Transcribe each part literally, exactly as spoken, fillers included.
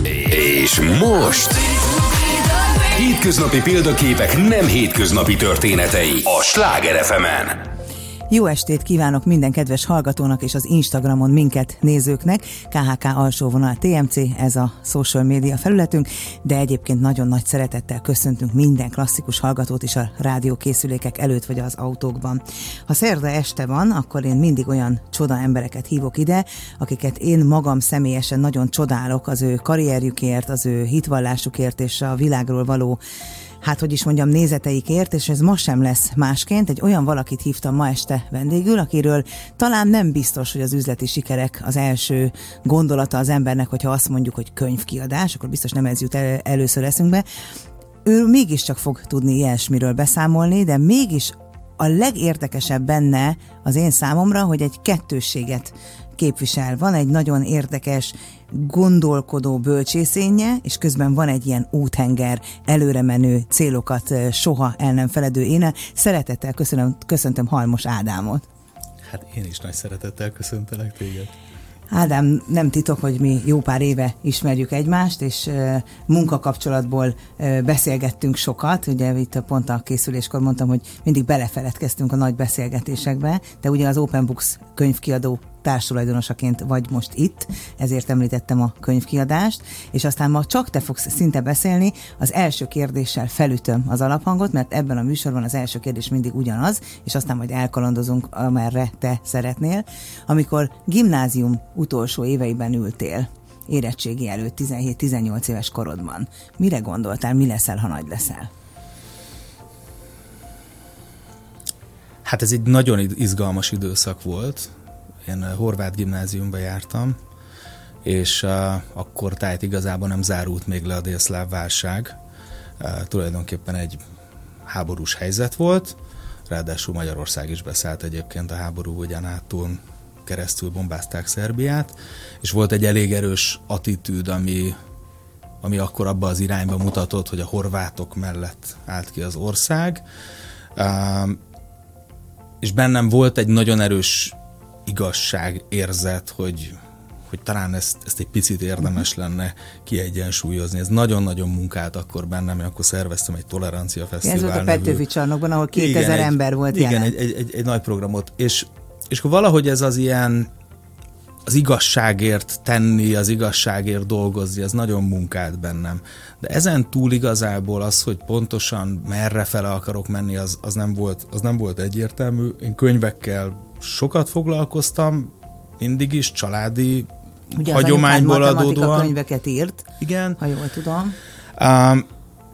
És most hétköznapi példaképek nem hétköznapi történetei a Sláger ef emen. Jó estét kívánok minden kedves hallgatónak és az Instagramon minket nézőknek. ká há ká alsóvonal té em cé, ez a social media felületünk, de egyébként nagyon nagy szeretettel köszöntünk minden klasszikus hallgatót is a rádiókészülékek előtt vagy az autókban. Ha szerda este van, akkor én mindig olyan csoda embereket hívok ide, akiket én magam személyesen nagyon csodálok az ő karrierjükért, az ő hitvallásukért és a világról való, hát hogy is mondjam, nézeteikért, és ez ma sem lesz másként. Egy olyan valakit hívtam ma este vendégül, akiről talán nem biztos, hogy az üzleti sikerek az első gondolata az embernek, hogyha azt mondjuk, hogy könyvkiadás, akkor biztos nem ez jut el, először eszünkbe. Ő mégiscsak fog tudni ilyesmiről beszámolni, de mégis a legérdekesebb benne az én számomra, hogy egy kettősséget képvisel. Van egy nagyon érdekes, gondolkodó bölcsészénje, és közben van egy ilyen úthenger, előre menő, célokat soha el nem feledő éne. Szeretettel köszönöm, köszöntöm Halmos Ádámot. Hát én is nagy szeretettel köszöntelek téged. Ádám, nem titok, hogy mi jó pár éve ismerjük egymást, és uh, munkakapcsolatból uh, beszélgettünk sokat. Ugye itt pont a készüléskor mondtam, hogy mindig belefeledkeztünk a nagy beszélgetésekbe, de ugye az Open Books könyvkiadó társtulajdonosaként vagy most itt, ezért említettem a könyvkiadást, és aztán ma csak te fogsz szinte beszélni, az első kérdéssel felütöm az alaphangot, mert ebben a műsorban az első kérdés mindig ugyanaz, és aztán majd elkalandozunk, amerre te szeretnél. Amikor gimnázium utolsó éveiben ültél, érettségi előtt tizenhét-tizennyolc éves korodban, mire gondoltál, mi leszel, ha nagy leszel? Hát ez egy nagyon izgalmas időszak volt. Én horvát gimnáziumba jártam, és uh, akkor tájt igazából nem zárult még le a délszláv válság. Uh, tulajdonképpen egy háborús helyzet volt, ráadásul Magyarország is beszállt egyébként a háború, ugyan hátul keresztül bombázták Szerbiát, és volt egy elég erős attitűd, ami, ami akkor abba az irányba mutatott, hogy a horvátok mellett állt ki az ország. Uh, és bennem volt egy nagyon erős igazság érzet, hogy, hogy talán ezt, ezt egy picit érdemes lenne kiegyensúlyozni. Ez nagyon-nagyon munkált akkor bennem, én akkor szerveztem egy tolerancia fesztivál. Ez volt a Petőfi csarnokban, ahol kétezer igen, ember volt igen, jelen. Igen, egy, egy, egy, egy nagy programot. És, és akkor valahogy ez az ilyen az igazságért tenni, az igazságért dolgozni, ez nagyon munkált bennem. De ezen túl igazából az, hogy pontosan merre fele akarok menni, az, az, nem volt, az nem volt egyértelmű. Én könyvekkel sokat foglalkoztam, mindig is, családi ugye hagyományból adódóan. Matematika könyveket írt, igen. Ha jól tudom. Um,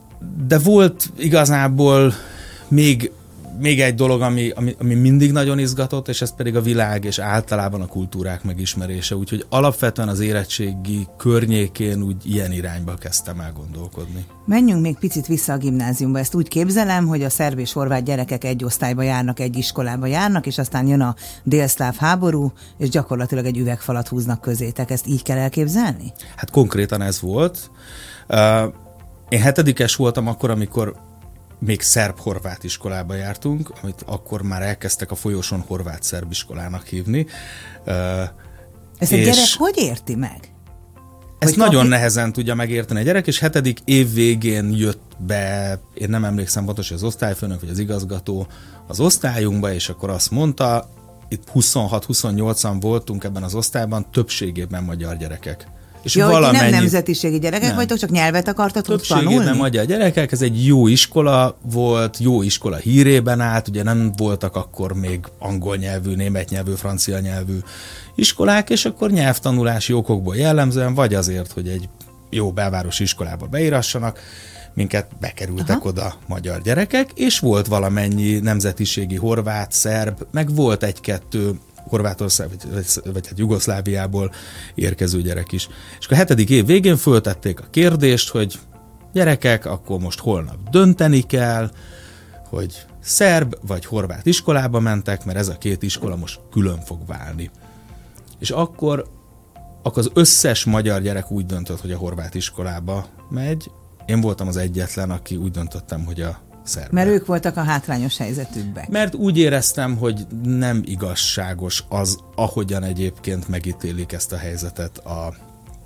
de volt igazából még, még egy dolog, ami, ami, ami mindig nagyon izgatott, és ez pedig a világ és általában a kultúrák megismerése. Úgyhogy alapvetően az érettségi környékén úgy ilyen irányba kezdtem el gondolkodni. Menjünk még picit vissza a gimnáziumba. Ezt úgy képzelem, hogy a szerb és horvát gyerekek egy osztályba járnak, egy iskolába járnak, és aztán jön a délszláv háború, és gyakorlatilag egy üvegfalat húznak közétek. Ezt így kell elképzelni? Hát konkrétan ez volt. Uh, én hetedikes voltam akkor, amikor még szerb-horvát iskolába jártunk, amit akkor már elkezdtek a folyosón horvát-szerb iskolának hívni. Uh, Ezt a gyerek hogy érti meg? Ezt hogy nagyon kapi... nehezen tudja megérteni a gyerek, és hetedik év végén jött be, én nem emlékszem pontosan, az osztályfőnök vagy az igazgató az osztályunkba, és akkor azt mondta, itt huszonhat-huszonnyolcan voltunk ebben az osztályban, többségében magyar gyerekek. És ja, valamennyi... nem nemzetiségi gyerekek nem. vagytok, csak nyelvet akartatok tanulni? Többségében magyar gyerekek, ez egy jó iskola volt, jó iskola hírében állt, ugye nem voltak akkor még angol nyelvű, német nyelvű, francia nyelvű iskolák, és akkor nyelvtanulási okokból jellemzően, vagy azért, hogy egy jó belvárosi iskolába beírassanak, minket bekerültek Aha. oda magyar gyerekek, és volt valamennyi nemzetiségi horvát, szerb, meg volt egy-kettő Horvátország, vagy, vagy hát Jugoszláviából érkező gyerek is. És a hetedik év végén föltették a kérdést, hogy gyerekek, akkor most holnap dönteni kell, hogy szerb vagy horvát iskolába mentek, mert ez a két iskola most külön fog válni. És akkor, akkor az összes magyar gyerek úgy döntött, hogy a horvát iskolába megy. Én voltam az egyetlen, aki úgy döntöttem, hogy a szerb. Mert ők voltak a hátrányos helyzetükben. Mert úgy éreztem, hogy nem igazságos az, ahogyan egyébként megítélik ezt a helyzetet a,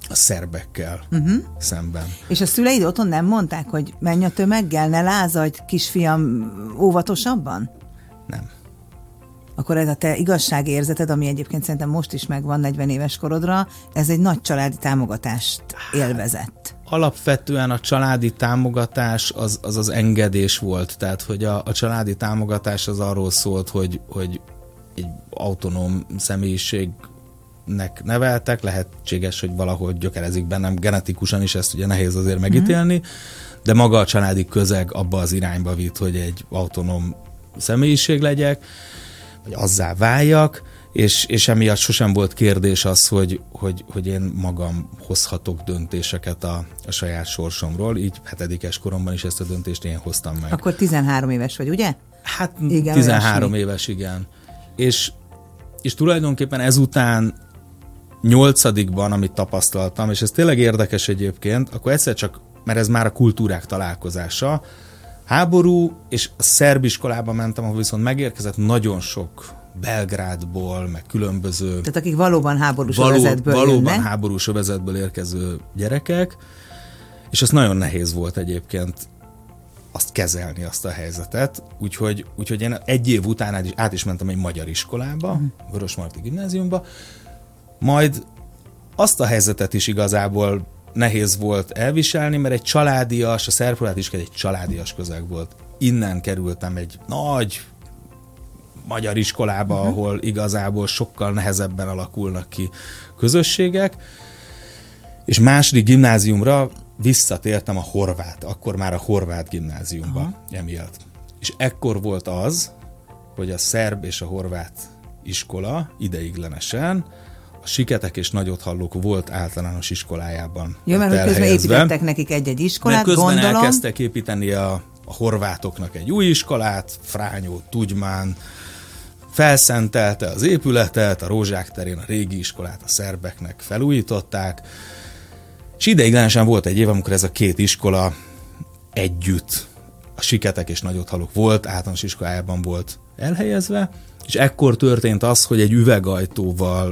a szerbekkel uh-huh. szemben. És a szüleid otthon nem mondták, hogy menj a tömeggel, ne lázadj, kisfiam, óvatosabban? Nem. Akkor ez a te igazságérzeted, ami egyébként szerintem most is megvan negyven éves korodra, ez egy nagy családi támogatást élvezett. Alapvetően a családi támogatás az az, az engedés volt, tehát hogy a, a családi támogatás az arról szólt, hogy, hogy egy autonóm személyiségnek neveltek, lehetséges, hogy valahogy gyökerezik bennem genetikusan is, ezt ugye nehéz azért megítélni, mm. de maga a családi közeg abba az irányba vitt, hogy egy autonóm személyiség legyek, vagy azzá váljak, és, és emiatt sosem volt kérdés az, hogy, hogy, hogy én magam hozhatok döntéseket a, a saját sorsomról, így hetedikes koromban is ezt a döntést én hoztam meg. Akkor tizenhárom éves vagy, ugye? Hát igen, tizenhárom éves, igen. És, és tulajdonképpen ezután nyolcadikban, amit tapasztaltam, és ez tényleg érdekes egyébként, akkor egyszer csak, mert ez már a kultúrák találkozása, háború, és a szerb iskolába mentem, ahol viszont megérkezett nagyon sok Belgrádból, meg különböző... Tehát akik valóban háborús való, övezetből Valóban jönnek. háborús övezetből érkező gyerekek, és ez nagyon nehéz volt egyébként azt kezelni, azt a helyzetet. Úgyhogy, úgyhogy én egy év után át is, át is mentem egy magyar iskolába, mm. Vörösmarty gimnáziumba, majd azt a helyzetet is igazából nehéz volt elviselni, mert egy családias, a szerb-horvát iskola egy családias közeg volt. Innen kerültem egy nagy magyar iskolába, uh-huh. ahol igazából sokkal nehezebben alakulnak ki közösségek, és második gimnáziumra visszatértem a horvát, akkor már a horvát gimnáziumba uh-huh. emiatt. És ekkor volt az, hogy a szerb és a horvát iskola ideiglenesen a Siketek és Nagyothallók volt általános iskolájában. Jó, mert közben építettek nekik egy-egy iskolát, mert közben gondolom. elkezdtek építeni a, a horvátoknak egy új iskolát, Frányó Tudjmán felszentelte az épületet, a Rózsák terén a régi iskolát a szerbeknek felújították, és ideiglenesen volt egy év, amikor ez a két iskola együtt, a Siketek és Nagyothallók volt, általános iskolájában volt elhelyezve, és ekkor történt az, hogy egy üvegajtóval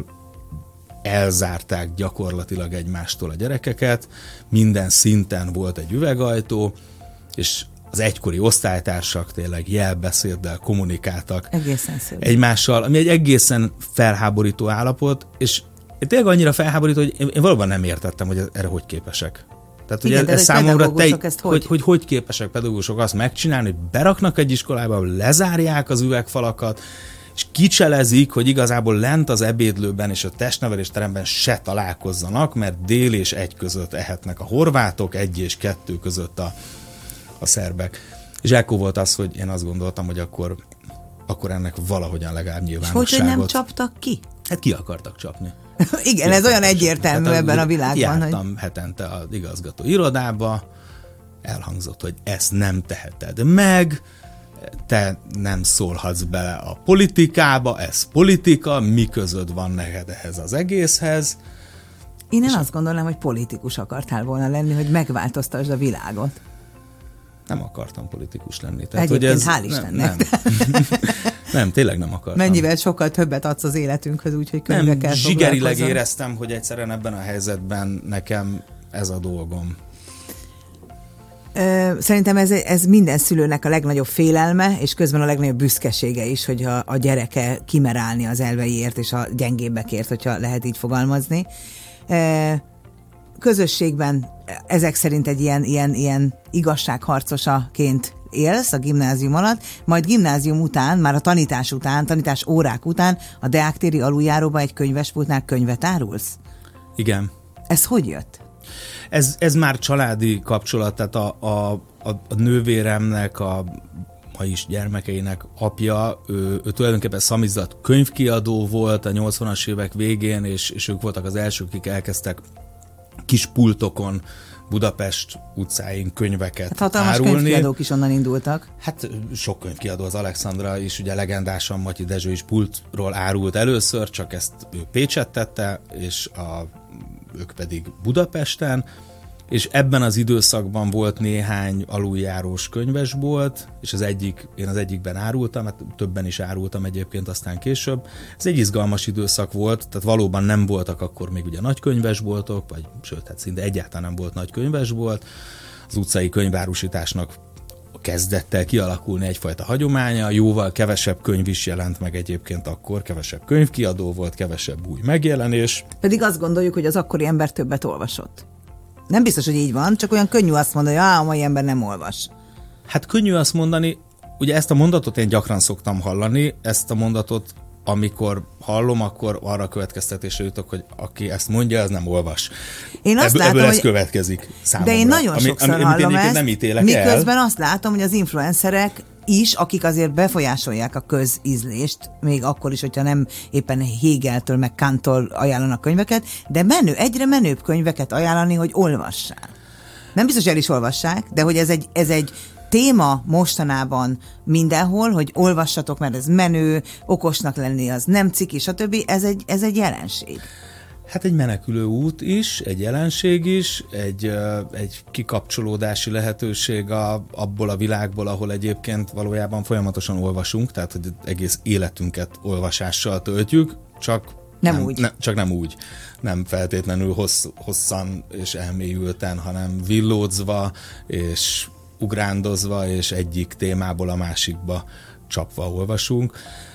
elzárták gyakorlatilag egymástól a gyerekeket, minden szinten volt egy üvegajtó, és az egykori osztálytársak tényleg jelbeszéddel kommunikáltak egymással, ami egy egészen felháborító állapot, és tényleg annyira felháborító, hogy én, én valóban nem értettem, hogy erre hogy képesek. Tehát, hogy igen, ez, ez számomra te, hogy, hogy, hogy hogy képesek pedagógusok azt megcsinálni, hogy beraknak egy iskolába, lezárják az üvegfalakat, és kicselezik, hogy igazából lent az ebédlőben és a testnevelés teremben se találkozzanak, mert dél és egy között ehetnek a horvátok, egy és kettő között a, a szerbek. És ekkor volt az, hogy én azt gondoltam, hogy akkor, akkor ennek valahogyan legalább nyilvánosságot. És hogy, hogy nem csaptak ki? Hát ki akartak csapni. Igen, ez olyan egyértelmű hát, ebben a világban. Jártam hogy... hetente az igazgató irodába, elhangzott, hogy ezt nem teheted meg, te nem szólhatsz bele a politikába, ez politika, mi közöd van neked ehhez az egészhez. Én nem azt gondolom, hogy politikus akartál volna lenni, hogy megváltoztasd a világot. Nem akartam politikus lenni. Tehát, egyébként hogy ez, hál' Istennek. Nem, nem. nem, tényleg nem akartam. Mennyivel sokkal többet adsz az életünkhöz, úgyhogy könyvekkel Nem, zsigerileg éreztem, hogy egyszerűen ebben a helyzetben nekem ez a dolgom. Szerintem ez, ez minden szülőnek a legnagyobb félelme, és közben a legnagyobb büszkesége is, hogy a, a gyereke kimer állni az elveiért és a gyengébbekért, hogyha lehet így fogalmazni. Közösségben ezek szerint egy ilyen, ilyen, ilyen igazságharcosaként élsz a gimnázium alatt, majd gimnázium után, már a tanítás után, tanítás órák után a Deák téri aluljáróba egy könyvespultnál könyvet árulsz? Igen. Ez hogy jött? Ez, ez már családi kapcsolat, tehát a, a, a, a nővéremnek, a ma is gyermekeinek apja, ő, ő tulajdonképpen szamizdat könyvkiadó volt a nyolcvanas évek végén, és, és ők voltak az elsők, akik elkezdtek kis pultokon Budapest utcáin könyveket hát hatalmas árulni. Hatalmas könyvkiadók is onnan indultak. Hát sok könyvkiadó, az Alexandra is, ugye legendásan Matyi Dezső is pultról árult először, csak ezt ő Pécset tette, és a, ők pedig Budapesten. és ebben az időszakban volt néhány aluljárós könyvesbolt, és az egyik, én az egyikben árultam, hát többen is árultam egyébként aztán később. Ez egy izgalmas időszak volt, tehát valóban nem voltak akkor még ugye nagy könyvesboltok, vagy sőt, hát szinte egyáltalán nem volt nagy könyvesbolt. Az utcai könyvárusításnak kezdett el kialakulni egyfajta hagyománya, jóval kevesebb könyv is jelent meg egyébként akkor, kevesebb könyvkiadó volt, kevesebb új megjelenés. Pedig azt gondoljuk, hogy az akkori ember többet olvasott. Nem biztos, hogy így van, csak olyan könnyű azt mondani, hogy á, a mai ember nem olvas. Hát könnyű azt mondani, ugye ezt a mondatot én gyakran szoktam hallani, ezt a mondatot amikor hallom, akkor arra következtetésre jutok, hogy aki ezt mondja, az nem olvas. Én azt ebből látom, ebből ez hogy... következik számomra. De én nagyon ami, sokszor ami, hallom én ezt, nem ítélek miközben el. azt látom, hogy az influencerek is, akik azért befolyásolják a közízlést, még akkor is, hogyha nem éppen Hegeltől meg Kanttól ajánlanak könyveket, de menő, egyre menőbb könyveket ajánlani, hogy olvassál. Nem biztos, hogy el is olvassák, de hogy ez egy, ez egy téma mostanában mindenhol, hogy olvassatok, mert ez menő, okosnak lenni az nem ciki, stb. Ez egy, ez egy jelenség. Hát egy menekülő út is, egy jelenség is, egy, egy kikapcsolódási lehetőség a, abból a világból, ahol egyébként valójában folyamatosan olvasunk, tehát hogy egész életünket olvasással töltjük, csak nem, nem úgy. Ne, csak nem úgy. Nem feltétlenül hossz, hosszan és elmélyülten, hanem villódzva és ugrándozva, és egyik témából a másikba csapva olvasunk.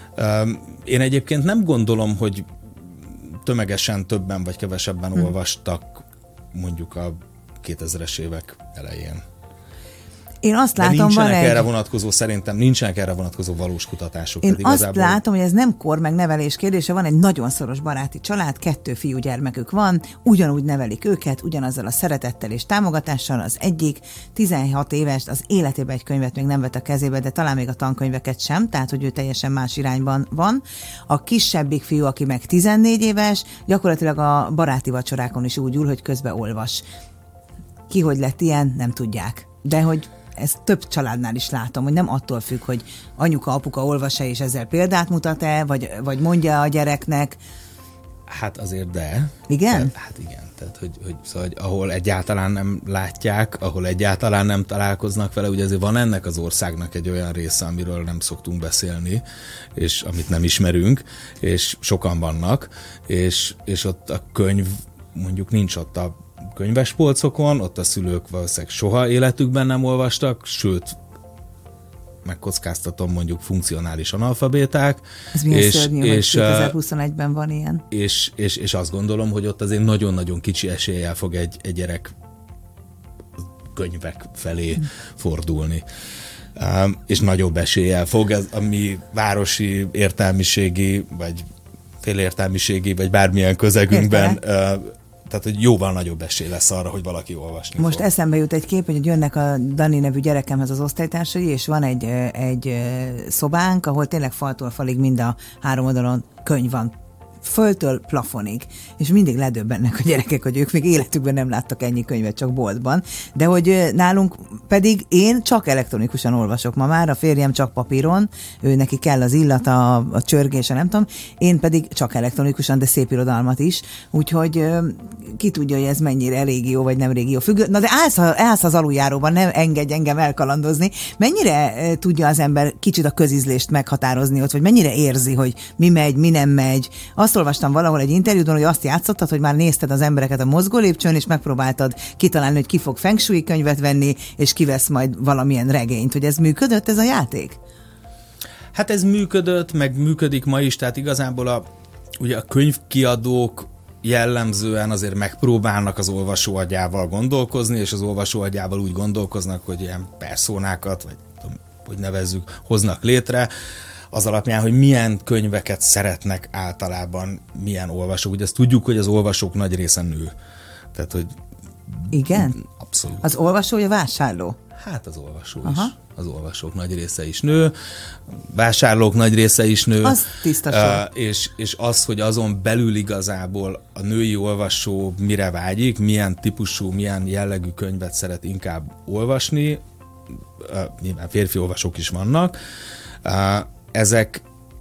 Én egyébként nem gondolom, hogy tömegesen többen vagy kevesebben hmm. olvastak mondjuk a kétezres évek elején. Én azt De látom, nincsenek van erre egy... vonatkozó, szerintem nincsenek erre vonatkozó valós kutatások. Én igazából... azt látom, hogy ez nem kor meg nevelés kérdése, van egy nagyon szoros baráti család, kettő fiúgyermekük van, ugyanúgy nevelik őket, ugyanazzal a szeretettel és támogatással. Az egyik tizenhat éves, az életében egy könyvet még nem vett a kezébe, de talán még a tankönyveket sem, tehát hogy ő teljesen más irányban van. A kisebbik fiú, aki meg tizennégy éves, gyakorlatilag a baráti vacsorákon is úgy ül, hogy közben olvas. Ki hogy lett ilyen, nem tudják. De hogy ezt több családnál is látom, hogy nem attól függ, hogy anyuka, apuka olvas-e és ezzel példát mutat-e, vagy, vagy mondja a gyereknek. Hát azért de. Igen? Tehát, hát igen. Tehát, hogy, hogy, szóval, hogy ahol egyáltalán nem látják, ahol egyáltalán nem találkoznak vele, ugye azért van ennek az országnak egy olyan része, amiről nem szoktunk beszélni, és amit nem ismerünk, és sokan vannak, és, és ott a könyv mondjuk nincs ott a könyvespolcokon, ott a szülők valószínűleg soha életükben nem olvastak, sőt, megkockáztatom, mondjuk funkcionális analfabéták. Ez milyen és, szörnyű, és, hogy kétezer-huszonegyben van ilyen. És, és, és azt gondolom, hogy ott azért nagyon-nagyon kicsi eséllyel fog egy, egy gyerek könyvek felé hmm. fordulni. Um, és nagyobb eséllyel fog ez a mi városi értelmiségi, vagy félértelmiségi, vagy bármilyen közegünkben uh, tehát, hogy jóval nagyobb esély lesz arra, hogy valaki olvasni Most fog. Eszembe jut egy kép, hogy jönnek a Dani nevű gyerekemhez az osztálytársai, és van egy, egy szobánk, ahol tényleg faltól falig mind a három oldalon könyv van. Földtől plafonig. És mindig ledöbbennek a gyerekek, hogy ők még életükben nem láttak ennyi könyvet, csak boltban. De hogy nálunk pedig én csak elektronikusan olvasok ma már, a férjem csak papíron, ő neki kell az illata, a, a csörgése, nem tudom, én pedig csak elektronikusan, de szép irodalmat is. Úgyhogy ki tudja, hogy ez mennyire régió, vagy nem régió függő. Na de állsz, állsz az aluljáróban, nem engedj engem elkalandozni. Mennyire tudja az ember kicsit a közízlést meghatározni ott, vagy mennyire érzi, hogy mi megy, mi nem megy. Azt olvastam valahol egy interjúton, hogy azt játszottad, hogy már nézted az embereket a mozgólépcsőn, és megpróbáltad kitalálni, hogy ki fog feng shui könyvet venni, és kivesz majd valamilyen regényt. Hogy ez működött, ez a játék? Hát ez működött, meg működik ma is, tehát igazából a, ugye a könyvkiadók jellemzően azért megpróbálnak az olvasó agyával gondolkozni, és az olvasó agyával úgy gondolkoznak, hogy ilyen perszónákat, vagy tudom, hogy nevezzük, hoznak létre, az alapján, hogy milyen könyveket szeretnek általában milyen olvasók. Ugye ezt tudjuk, hogy az olvasók nagy része nő. Tehát, hogy... Igen? Abszolút. Az olvasó vagy a vásárló? Hát az olvasó Aha. is. Az olvasók nagy része is nő, vásárlók nagy része is nő. Az tiszta uh, és, és az, hogy azon belül igazából a női olvasó mire vágyik, milyen típusú, milyen jellegű könyvet szeret inkább olvasni, uh, nyilván férfi olvasók is vannak, uh, Ezek,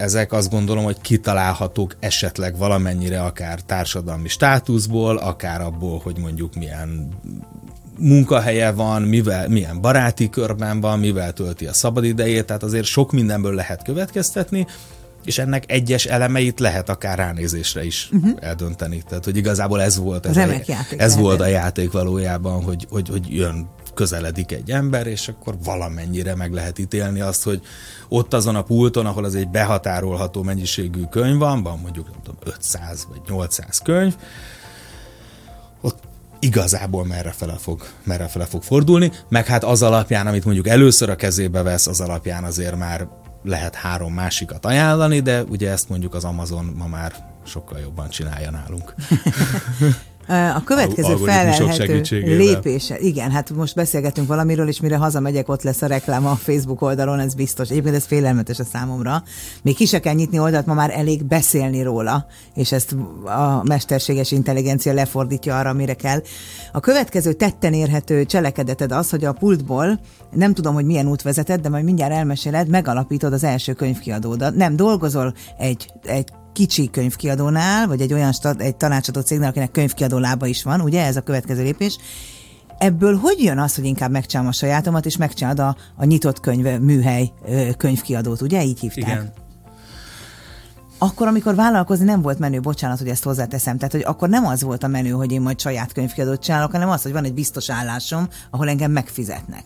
ezek azt gondolom, hogy kitalálhatók esetleg valamennyire akár társadalmi státuszból, akár abból, hogy mondjuk milyen munkahelye van, mivel, milyen baráti körben van, mivel tölti a szabadidejét, tehát azért sok mindenből lehet következtetni, és ennek egyes elemeit lehet akár ránézésre is uh-huh. eldönteni. Tehát, hogy igazából ez volt, ez, a, ez volt a játék valójában, hogy, hogy, hogy jön, közeledik egy ember, és akkor valamennyire meg lehet ítélni azt, hogy ott azon a pulton, ahol az egy behatárolható mennyiségű könyv van, van mondjuk nem tudom, ötszáz vagy nyolcszáz könyv, ott igazából merre fele fog, merre fele fog fordulni, meg hát az alapján, amit mondjuk először a kezébe vesz, az alapján azért már lehet három másikat ajánlani, de ugye ezt mondjuk az Amazon ma már sokkal jobban csinálja nálunk. A következő felelhető lépése. Igen, hát most beszélgetünk valamiről, és mire hazamegyek, ott lesz a reklám a Facebook oldalon, ez biztos. Egyébként ez félelmetes a számomra. Még ki se kell nyitni oldalt, ma már elég beszélni róla, és ezt a mesterséges intelligencia lefordítja arra, amire kell. A következő tetten érhető cselekedeted az, hogy a pultból, nem tudom, hogy milyen út vezetett, de majd mindjárt elmeséled, megalapítod az első könyvkiadódat. Nem dolgozol egy, egy kicsi könyvkiadónál, vagy egy olyan stad, egy tanácsadó cégnél, akinek könyvkiadó lába is van, ugye ez a következő lépés. Ebből hogy jön az, hogy inkább megcsinálom a sajátomat, és megcsinálod a, a nyitott könyv műhely könyvkiadót, ugye? Így hívták. Igen. Akkor, amikor vállalkozni nem volt menő, bocsánat, hogy ezt hozzáteszem, tehát hogy akkor nem az volt a menő, hogy én majd saját könyvkiadót csinálok, hanem az, hogy van egy biztos állásom, ahol engem megfizetnek.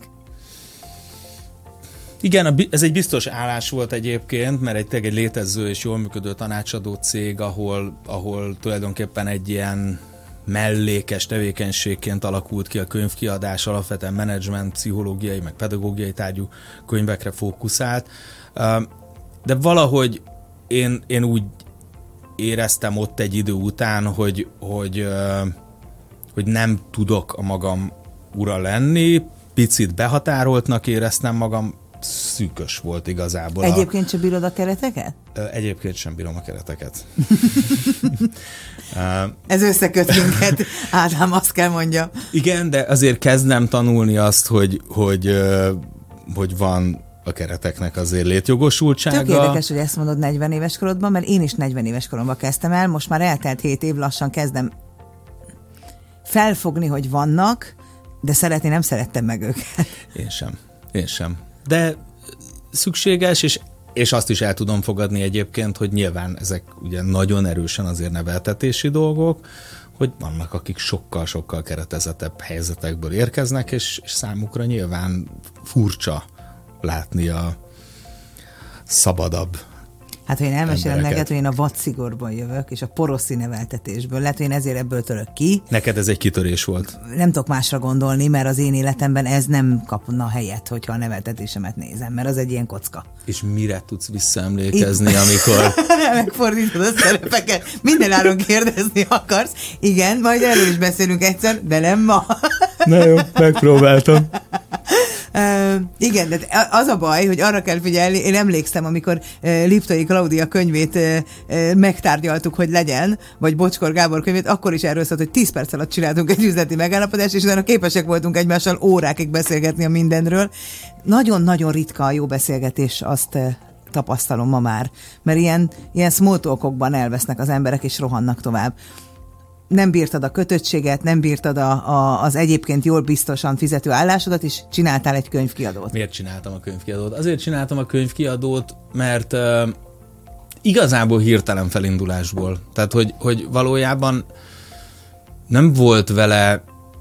Igen, ez egy biztos állás volt egyébként, mert egy, egy létező és jól működő tanácsadó cég, ahol, ahol tulajdonképpen egy ilyen mellékes tevékenységként alakult ki a könyvkiadás, alapvetően menedzsment, pszichológiai, meg pedagógiai tárgyú könyvekre fókuszált. De valahogy én, én úgy éreztem ott egy idő után, hogy, hogy, hogy nem tudok a magam ura lenni, picit behatároltnak éreztem magam, szűkös volt igazából. Egyébként sem bírod a kereteket? Egyébként sem bírom a kereteket. Ez összeköt minket, Ádám, azt kell mondja. Igen, de azért kezdem tanulni azt, hogy, hogy, hogy van a kereteknek azért létjogosultsága. Tök érdekes, hogy ezt mondod negyven éves korodban, mert én is negyven éves koromban kezdtem el, most már eltelt hét év, lassan kezdem felfogni, hogy vannak, de szeretni nem szerettem meg őket. Én sem. Én sem. De szükséges, és, és azt is el tudom fogadni egyébként, hogy nyilván ezek ugye nagyon erősen azért neveltetési dolgok, hogy vannak, akik sokkal-sokkal keretezettebb helyzetekből érkeznek, és, és számukra nyilván furcsa látni a szabadabb Hát, hogy én elmesélem neked, hogy én a vadszigorban jövök, és a poroszi neveltetésből. Lehet, hogy én ezért ebből török ki. Neked ez egy kitörés volt. Nem tudok másra gondolni, mert az én életemben ez nem kapna helyet, hogyha a neveltetésemet nézem, mert az egy ilyen kocka. És mire tudsz visszaemlékezni, Itt... amikor... Megfordítod a szerepeket. Mindenáron kérdezni akarsz. Igen, majd erről is beszélünk egyszer, de nem ma. Na jó, megpróbáltam. Uh, igen, de az a baj, hogy arra kell figyelni, én emlékszem, amikor uh, Liptai Klaudia könyvét uh, uh, megtárgyaltuk, hogy legyen, vagy Bocskor Gábor könyvét, akkor is erről szólt, hogy tíz perc alatt csináltunk egy üzleti megállapodást, és utána képesek voltunk egymással órákig beszélgetni a mindenről. Nagyon-nagyon ritka a jó beszélgetés, azt uh, tapasztalom ma már, mert ilyen, ilyen small talkokban elvesznek az emberek, és rohannak tovább. Nem bírtad a kötöttséget, nem bírtad a, a, az egyébként jól biztosan fizető állásodat, és csináltál egy könyvkiadót. Miért csináltam a könyvkiadót? Azért csináltam a könyvkiadót, mert uh, igazából hirtelen felindulásból. Tehát, hogy, hogy valójában nem volt vele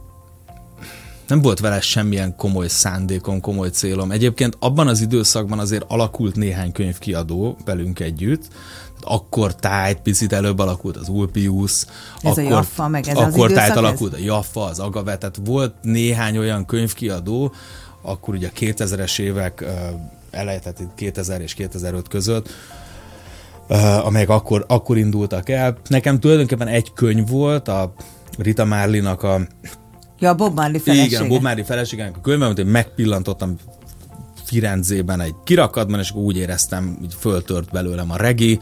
nem volt vele semmilyen komoly szándékom, komoly célom. Egyébként abban az időszakban azért alakult néhány könyvkiadó velünk együtt. Akkor tájt, picit előbb alakult az Ulpius, ez akkor, a Jaffa, meg ez akkor az tájt alakult ez? a Jaffa, az Agave, tehát volt néhány olyan könyvkiadó, akkor ugye a kétezres évek uh, eleje, tehát kétezer és kétezer-öt között, uh, amelyek akkor, akkor indultak el. Nekem tulajdonképpen egy könyv volt, a Rita Marley-nak a... Ja, a Bob Marley felesége. Igen, Bob Marley feleségenek a könyve, amit én megpillantottam Firenzében egy kirakatban, és úgy éreztem, hogy föltört belőlem a regi,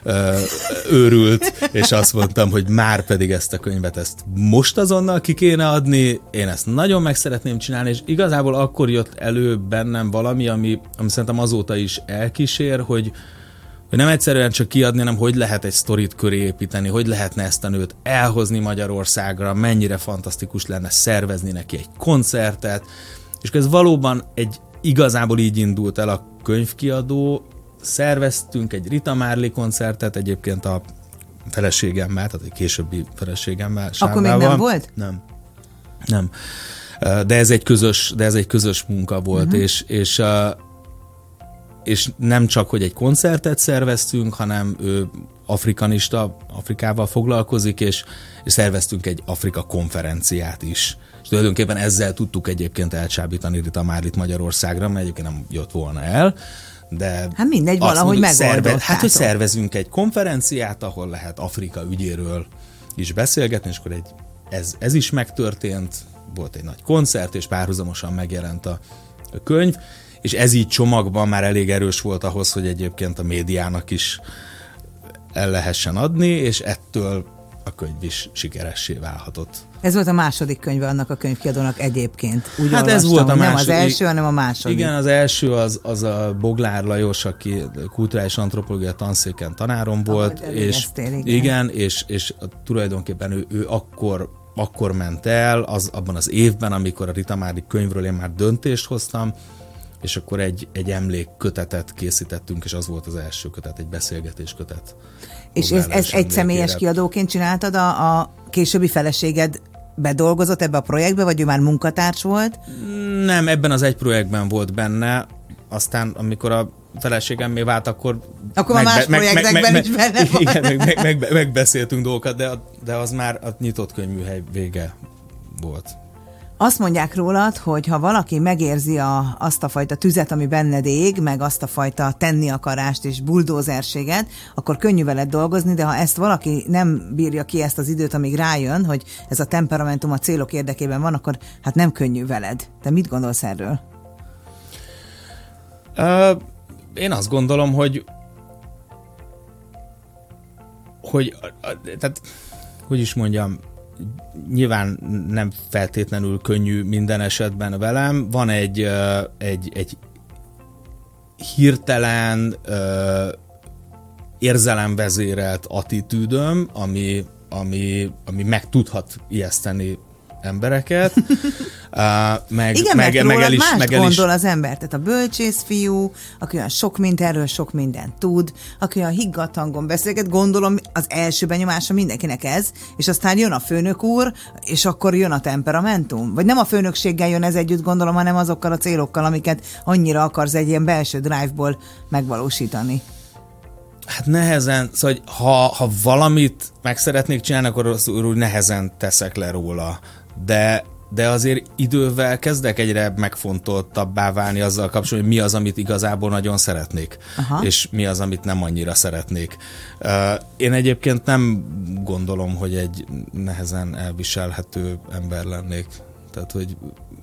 őrült, és azt mondtam, hogy már pedig ezt a könyvet, ezt most azonnal ki kéne adni, én ezt nagyon meg szeretném csinálni, és igazából akkor jött elő bennem valami, ami, ami szerintem azóta is elkísér, hogy, hogy nem egyszerűen csak kiadni, hanem hogy lehet egy sztorit köré építeni, hogy lehetne ezt a nőt elhozni Magyarországra, mennyire fantasztikus lenne szervezni neki egy koncertet, és ez valóban egy igazából így indult el a könyvkiadó. Szerveztünk egy Rita Marley koncertet, egyébként a feleségemmel, tehát egy későbbi feleségemmel. Akkor még nem volt? Nem. Nem. De ez egy közös, de ez egy közös munka volt, uh-huh. és, és, és nem csak, hogy egy koncertet szerveztünk, hanem ő afrikanista, Afrikával foglalkozik, és, és szerveztünk egy Afrika konferenciát is. És tulajdonképpen ezzel tudtuk egyébként elcsábítani Rita Marleyt Magyarországra, mert egyébként nem jött volna el. De hát mindegy, valahogy megoldottátok. Hát, hogy szervezünk egy konferenciát, ahol lehet Afrika ügyéről is beszélgetni, és akkor egy, ez, ez is megtörtént, volt egy nagy koncert, és párhuzamosan megjelent a, a könyv, és ez így csomagban már elég erős volt ahhoz, hogy egyébként a médiának is el lehessen adni, és ettől a könyv is sikeressé válhatott. Ez volt a második könyve annak a könyvkiadónak egyébként. Úgy hát olvastam, ez volt a második. Nem az első, hanem a második. Igen, az első az, az a Boglár Lajos, aki kulturális antropológia tanszéken tanárom volt, és igen, igen és, és tulajdonképpen ő, ő akkor, akkor ment el, az, abban az évben, amikor a Rita Marley könyvről én már döntést hoztam, és akkor egy, egy emlékkötetet készítettünk, és az volt az első kötet, egy beszélgetés kötet. És ez, ez egy személyes kiadóként csináltad? A, a későbbi feleséged bedolgozott ebbe a projektbe, vagy ő már munkatárs volt? Nem, ebben az egy projektben volt benne, aztán amikor a feleségem még vált, akkor... Akkor megbe- a más meg, projektekben meg, is benne meg, igen, meg, meg, meg, megbeszéltünk dolgokat, de, de az már a nyitott könyvműhely vége volt. Azt mondják rólad, hogy ha valaki megérzi a, azt a fajta tüzet, ami benned ég, meg azt a fajta tenni akarást és buldózerséget, akkor könnyű veled dolgozni, de ha ezt valaki nem bírja ki ezt az időt, amíg rájön, hogy ez a temperamentum a célok érdekében van, akkor hát nem könnyű veled. Te mit gondolsz erről? Uh, én azt gondolom, hogy hogy tehát, hogy is mondjam, nyilván nem feltétlenül könnyű minden esetben velem. Van egy, egy, egy hirtelen érzelemvezérelt attitűdöm, ami, ami, ami meg tudhat ijeszteni embereket. Uh, meg, igen, meg, mert meg el is, mást meg el gondol is... az ember. Tehát a bölcsész fiú, aki olyan sok mindenről sok mindent tud, aki olyan higgadt hangon beszélget, gondolom az első benyomása mindenkinek ez, és aztán jön a főnök úr, és akkor jön a temperamentum. Vagy nem a főnökséggel jön ez együtt, gondolom, hanem azokkal a célokkal, amiket annyira akarsz egy ilyen belső drive-ból megvalósítani. Hát nehezen, szóval ha, ha valamit meg szeretnék csinálni, akkor az úgy nehezen teszek le róla. De, de azért idővel kezdek egyre megfontoltabbá válni azzal kapcsolatban, hogy mi az, amit igazából nagyon szeretnék, aha, és mi az, amit nem annyira szeretnék. Én egyébként nem gondolom, hogy egy nehezen elviselhető ember lennék. Tehát, hogy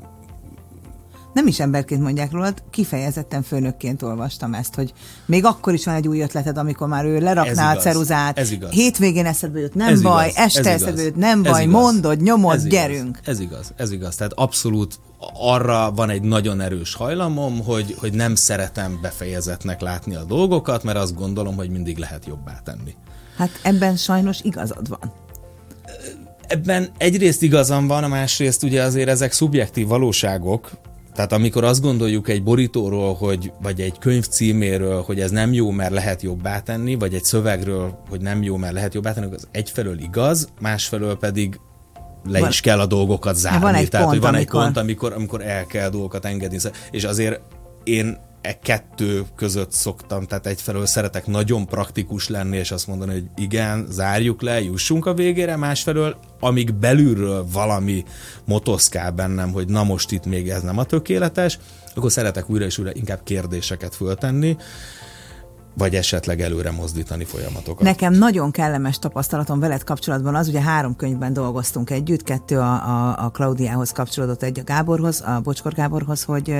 nem is emberként mondják rólad, kifejezetten főnökként olvastam ezt, hogy még akkor is van egy új ötleted, amikor már ő lerakná a ceruzát, hétvégén eszedbe jut, nem ez baj, igaz, este eszedbe jut, nem ez baj, igaz, mondod, nyomod, ez gyerünk. Igaz, ez igaz, ez igaz. Tehát abszolút arra van egy nagyon erős hajlamom, hogy, hogy nem szeretem befejezetnek látni a dolgokat, mert azt gondolom, hogy mindig lehet jobbá tenni. Hát ebben sajnos igazad van. Ebben egyrészt igazam van, a másrészt ugye azért ezek szubjektív valóságok. Tehát amikor azt gondoljuk egy borítóról, hogy, vagy egy könyv címéről, hogy ez nem jó, mert lehet jobbá tenni, vagy egy szövegről, hogy nem jó, mert lehet jobbá tenni, az egyfelől igaz, másfelől pedig le van, is kell a dolgokat zárni. Van egy Tehát, pont, hogy van amikor... egy pont, amikor, amikor el kell dolgokat engedni. És azért én e kettő között szoktam, tehát egyfelől szeretek nagyon praktikus lenni, és azt mondani, hogy igen, zárjuk le, jussunk a végére, másfelől, amíg belülről valami motoszkál bennem, hogy na most itt még ez nem a tökéletes, akkor szeretek újra és újra inkább kérdéseket föltenni, vagy esetleg előre mozdítani folyamatokat. Nekem nagyon kellemes tapasztalatom veled kapcsolatban az, ugye három könyvben dolgoztunk együtt, kettő a, a, a Klaudiához kapcsolódott, egy a Gáborhoz, a Bocskor Gáborhoz, hogy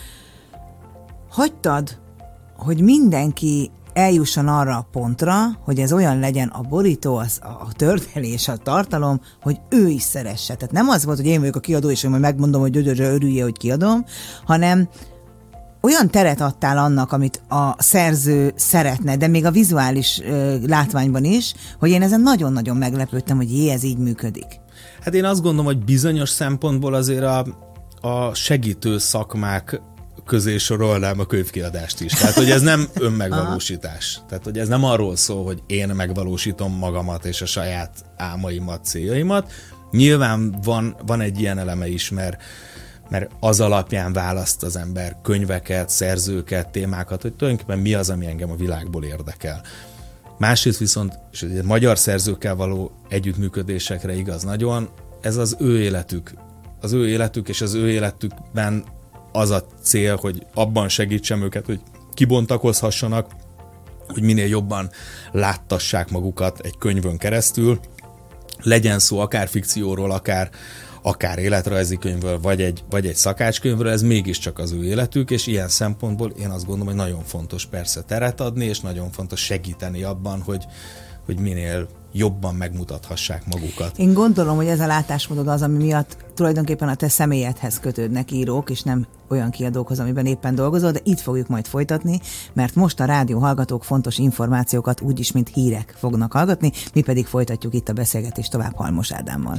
hagytad, hogy mindenki eljusson arra a pontra, hogy ez olyan legyen a borító, az, a történés, a tartalom, hogy ő is szeresse. Tehát nem az volt, hogy én vagyok a kiadó, és én majd megmondom, hogy gyögyörre örülje, hogy kiadom, hanem olyan teret adtál annak, amit a szerző szeretne, de még a vizuális ö, látványban is, hogy én ezen nagyon-nagyon meglepődtem, hogy jé, ez így működik. Hát én azt gondolom, hogy bizonyos szempontból azért a, a segítő szakmák közé sorolnám a könyvkiadást is. Tehát, hogy ez nem önmegvalósítás. Tehát, hogy ez nem arról szól, hogy én megvalósítom magamat és a saját álmaimat, céljaimat. Nyilván van, van egy ilyen eleme is, mert, mert az alapján választ az ember könyveket, szerzőket, témákat, hogy tulajdonképpen mi az, ami engem a világból érdekel. Másrészt viszont, és egy magyar szerzőkkel való együttműködésekre igaz nagyon, ez az ő életük. Az ő életük, és az ő életükben az a cél, hogy abban segítsem őket, hogy kibontakozhassanak, hogy minél jobban láttassák magukat egy könyvön keresztül, legyen szó akár fikcióról, akár, akár életrajzi könyvről, vagy egy, vagy egy szakácskönyvről, ez mégiscsak az ő életük, és ilyen szempontból én azt gondolom, hogy nagyon fontos persze teret adni, és nagyon fontos segíteni abban, hogy, hogy minél jobban megmutathassák magukat. Én gondolom, hogy ez a látásmódod az, ami miatt tulajdonképpen a te személyedhez kötődnek írók, és nem olyan kiadókhoz, amiben éppen dolgozol, de itt fogjuk majd folytatni, mert most a rádió hallgatók fontos információkat úgyis, mint hírek fognak hallgatni, mi pedig folytatjuk itt a beszélgetést tovább Halmos Ádámmal.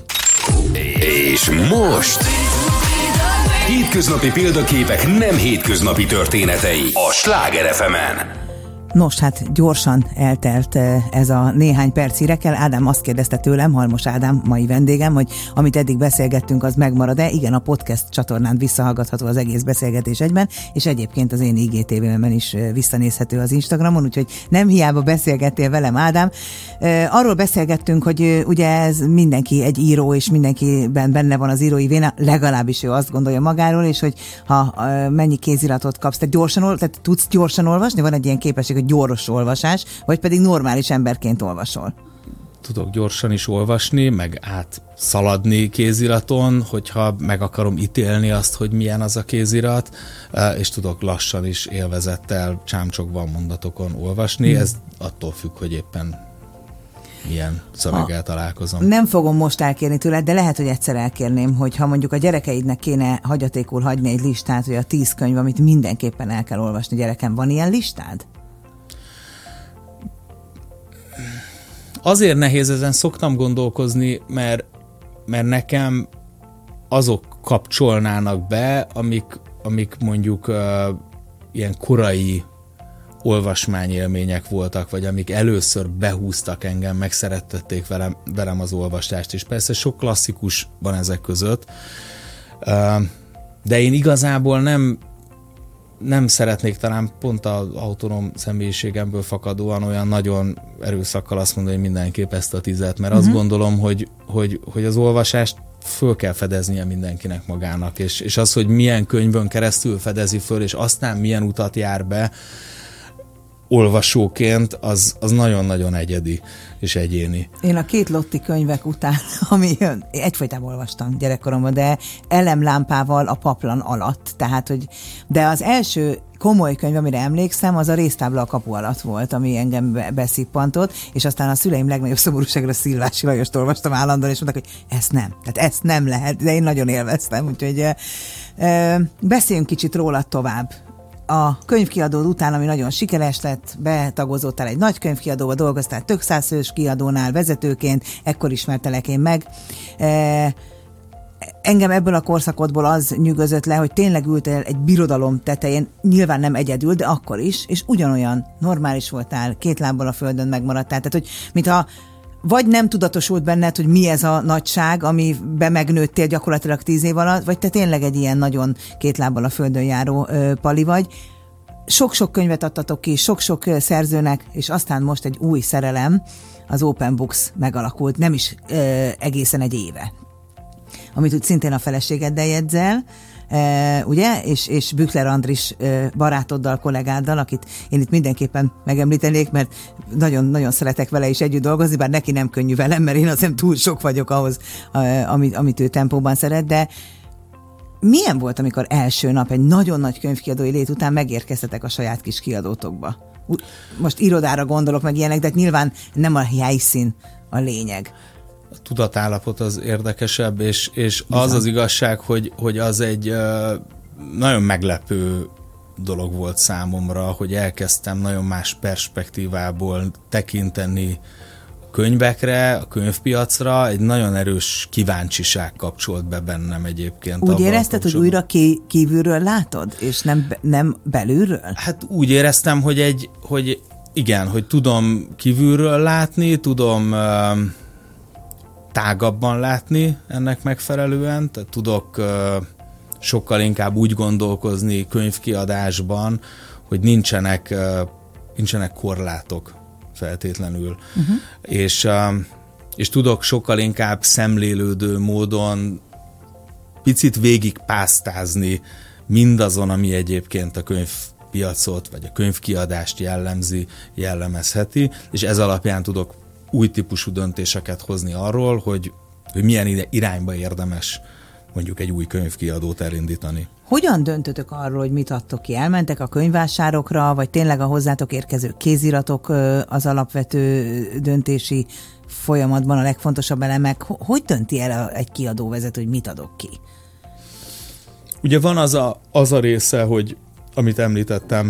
És most hétköznapi példaképek nem hétköznapi történetei a Sláger ef emen. Nos, hát gyorsan eltelt ez a néhány perc hírekkel. Ádám azt kérdezte tőlem, Halmos Ádám, mai vendégem, hogy amit eddig beszélgettünk, az megmarad-e? Igen, a podcast csatornán visszahallgatható az egész beszélgetés egyben, és egyébként az én i gé té vé-ben is visszanézhető az Instagramon, úgyhogy nem hiába beszélgettél velem, Ádám. Arról beszélgettünk, hogy ugye ez mindenki egy író, és mindenkiben benne van az írói véna, legalábbis ő azt gondolja magáról, és hogy ha mennyi kéziratot kapsz, tehát gyorsan, tehát tudsz gyorsan olvasni, van egy ilyen képesség, hogy gyors olvasás, vagy pedig normális emberként olvasol? Tudok gyorsan is olvasni, meg átszaladni kéziraton, hogyha meg akarom ítélni azt, hogy milyen az a kézirat, és tudok lassan is élvezettel, csámcsogva mondatokon olvasni. Hmm. Ez attól függ, hogy éppen milyen szöveggel találkozom. Nem fogom most elkérni tőled, de lehet, hogy egyszer elkérném, hogy ha mondjuk a gyerekeidnek kéne hagyatékul hagyni egy listát, hogy a tíz könyv, amit mindenképpen el kell olvasni, gyerekem, van ilyen listád? Azért nehéz, ezen szoktam gondolkozni, mert, mert nekem azok kapcsolnának be, amik, amik mondjuk uh, ilyen korai olvasmányélmények voltak, vagy amik először behúztak engem, megszerettették velem, velem az olvasást, és persze sok klasszikus van ezek között, uh, de én igazából nem nem szeretnék talán pont az autonóm személyiségemből fakadóan olyan nagyon erőszakkal azt mondani, hogy mindenképp ezt a tizet, mert uh-huh. azt gondolom, hogy, hogy, hogy az olvasást föl kell fedeznie mindenkinek magának, és, és az, hogy milyen könyvön keresztül fedezi föl, és aztán milyen utat jár be olvasóként, az, az nagyon-nagyon egyedi és egyéni. Én a két Lotti könyvek után, ami egyfolytában olvastam gyerekkoromban, de elemlámpával a paplan alatt. Tehát, hogy, de az első komoly könyv, amire emlékszem, az a Résztábla a kapu alatt volt, ami engem beszippantott, és aztán a szüleim legnagyobb szomorúságra Szilvási Lajost olvastam állandóan, és mondták, hogy ezt nem, tehát ezt nem lehet, de én nagyon élveztem, úgyhogy e, e, beszéljünk kicsit róla tovább. A könyvkiadód után, ami nagyon sikeres lett, betagozottál egy nagy könyvkiadóba, dolgoztál tök százfős kiadónál vezetőként, ekkor ismertelek én meg. E, engem ebből a korszakodból az nyűgözött le, hogy tényleg ültél egy birodalom tetején, nyilván nem egyedül, de akkor is, és ugyanolyan normális voltál, két lábbal a földön megmaradtál. Tehát, hogy mintha vagy nem tudatosult benned, hogy mi ez a nagyság, amiben megnőttél gyakorlatilag tíz év alatt, vagy te tényleg egy ilyen nagyon két lábbal a földön járó ö, pali vagy. Sok-sok könyvet adtatok ki, sok-sok szerzőnek, és aztán most egy új szerelem, az Open Books megalakult, nem is ö, egészen egy éve. Amit úgy szintén a feleségeddel jegyzel, E, ugye, és, és Bükler Andris e, barátoddal, kollégáddal, akit én itt mindenképpen megemlítenék, mert nagyon-nagyon szeretek vele is együtt dolgozni, bár neki nem könnyű velem, mert én azért túl sok vagyok ahhoz, a, amit, amit ő tempóban szeret, de milyen volt, amikor első nap egy nagyon nagy könyvkiadói lét után megérkeztetek a saját kis kiadótokba? Most irodára gondolok meg ilyenek, de nyilván nem a helyszín a lényeg. A tudatállapot az érdekesebb, és, és az az igazság, hogy, hogy az egy uh, nagyon meglepő dolog volt számomra, hogy elkezdtem nagyon más perspektívából tekinteni könyvekre, a könyvpiacra, egy nagyon erős kíváncsiság kapcsolt be bennem egyébként. Úgy érezted, hogy újra ki, kívülről látod, és nem, nem belülről? Hát úgy éreztem, hogy egy, hogy igen, hogy tudom kívülről látni, tudom uh, tágabban látni ennek megfelelően, tehát tudok uh, sokkal inkább úgy gondolkozni könyvkiadásban, hogy nincsenek, uh, nincsenek korlátok feltétlenül. Uh-huh. És, uh, és tudok sokkal inkább szemlélődő módon picit végig pásztázni mindazon, ami egyébként a könyvpiacot, vagy a könyvkiadást jellemzi, jellemezheti, és ez alapján tudok új típusú döntéseket hozni arról, hogy, hogy milyen irányba érdemes mondjuk egy új könyvkiadót elindítani. Hogyan döntötök arról, hogy mit adtok ki? Elmentek a könyvvásárokra, vagy tényleg a hozzátok érkező kéziratok az alapvető döntési folyamatban a legfontosabb elemek? Hogy dönti el egy kiadóvezető, hogy mit adok ki? Ugye van az a, az a része, hogy amit említettem,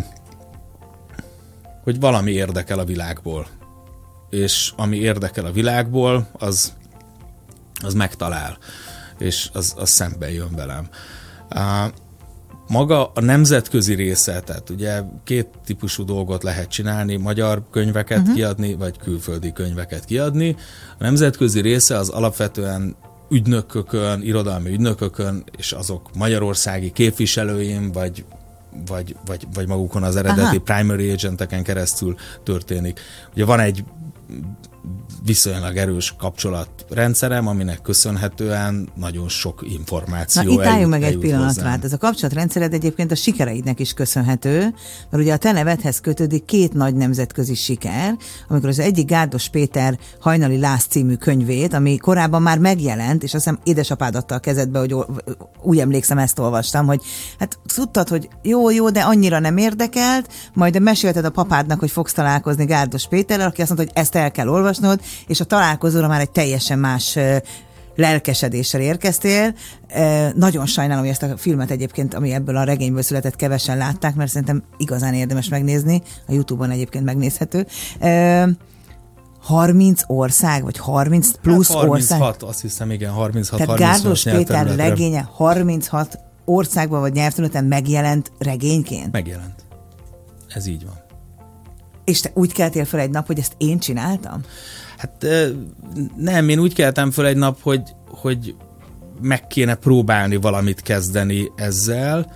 hogy valami érdekel a világból. És ami érdekel a világból, az, az megtalál. És az, az szemben jön velem. Uh, maga a nemzetközi része, tehát ugye két típusú dolgot lehet csinálni, magyar könyveket uh-huh. kiadni, vagy külföldi könyveket kiadni. A nemzetközi része az alapvetően ügynökökön, irodalmi ügynökökön, és azok magyarországi képviselőim, vagy, vagy, vagy, vagy magukon az eredeti Aha. primary agenteken keresztül történik. Ugye van egy viszonylag erős kapcsolatrendszerem, aminek köszönhetően nagyon sok információ Na, itt álljunk meg egy pillanatra. Hát ez a kapcsolatrendszered egyébként a sikereidnek is köszönhető, mert ugye a te nevedhez kötődik két nagy nemzetközi siker, amikor az egyik Gárdos Péter Hajnali Láz című könyvét, ami korábban már megjelent, és azt hiszem édesapád adta a kezedbe, hogy úgy emlékszem, ezt olvastam, hogy hát tudtad, hogy jó, jó, de annyira nem érdekelt, majd mesélted a papádnak, hogy fogsz találkozni Gárdos Péterrel, aki azt mondta, hogy ezt el kell olvasnod, és a találkozóra már egy teljesen más uh, lelkesedéssel érkeztél. Uh, nagyon sajnálom, hogy ezt a filmet egyébként, ami ebből a regényből született, kevesen látták, mert szerintem igazán érdemes megnézni. A YouTube-on egyébként megnézhető. Uh, harminc ország, vagy harminc plusz hát harminchat, ország. Azt hiszem, igen, harminchat. Tehát Gárdos Péter regénye harminchat országban vagy nyelvterületen megjelent regényként? Megjelent. Ez így van. És te úgy keltél fel egy nap, hogy ezt én csináltam? Hát nem, én úgy keltem föl egy nap, hogy, hogy meg kéne próbálni valamit kezdeni ezzel.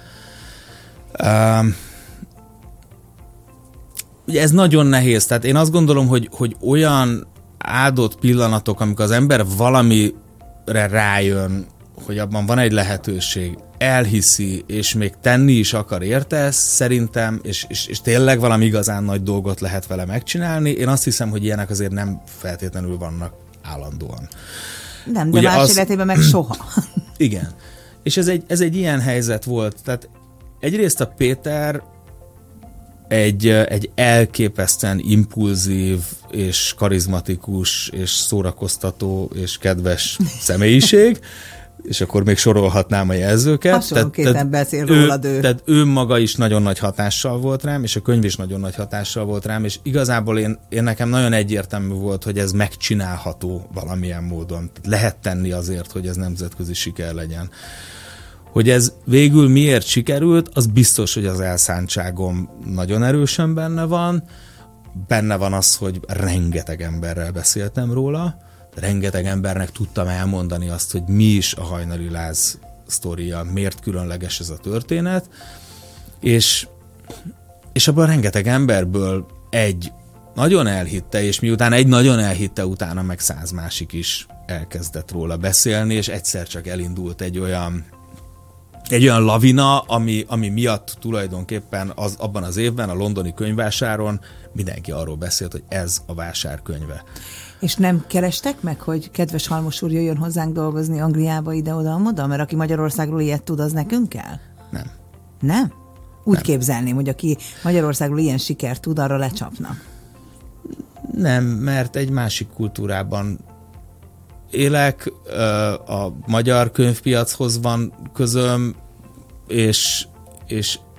Um, ugye ez nagyon nehéz, tehát én azt gondolom, hogy, hogy olyan áldott pillanatok, amikor az ember valamire rájön, hogy abban van egy lehetőség, elhiszi, és még tenni is akar érte, szerintem, és, és, és tényleg valami igazán nagy dolgot lehet vele megcsinálni. Én azt hiszem, hogy ilyenek azért nem feltétlenül vannak állandóan. Nem, de ugye más az... életében meg soha. Igen. És ez egy, ez egy ilyen helyzet volt. Tehát egyrészt a Péter egy, egy elképesztően impulzív, és karizmatikus, és szórakoztató, és kedves személyiség, és akkor még sorolhatnám a jelzőket. Hasonlóképpen beszél rólad ő. Tehát ő maga is nagyon nagy hatással volt rám, és a könyv is nagyon nagy hatással volt rám, és igazából én, én nekem nagyon egyértelmű volt, hogy ez megcsinálható valamilyen módon. Lehet tenni azért, hogy ez nemzetközi siker legyen. Hogy ez végül miért sikerült, az biztos, hogy az elszántságom nagyon erősen benne van. Benne van az, hogy rengeteg emberrel beszéltem róla, rengeteg embernek tudtam elmondani azt, hogy mi is a Hajnali Láz sztoria, miért különleges ez a történet, és, és abban rengeteg emberből egy nagyon elhitte, és miután egy nagyon elhitte, utána meg száz másik is elkezdett róla beszélni, és egyszer csak elindult egy olyan egy olyan lavina, ami, ami miatt tulajdonképpen az, abban az évben a londoni könyvvásáron mindenki arról beszélt, hogy ez a vásár könyve. És nem kerestek meg, hogy kedves Halmos úr jöjjön hozzánk dolgozni Angliába, ide-oda-amoda? Mert aki Magyarországról ilyet tud, az nekünk kell? Nem. Nem? Úgy nem. Képzelném, hogy aki Magyarországról ilyen sikert tud, arra lecsapna. Nem, mert egy másik kultúrában élek, a magyar könyvpiachoz van közöm, és, és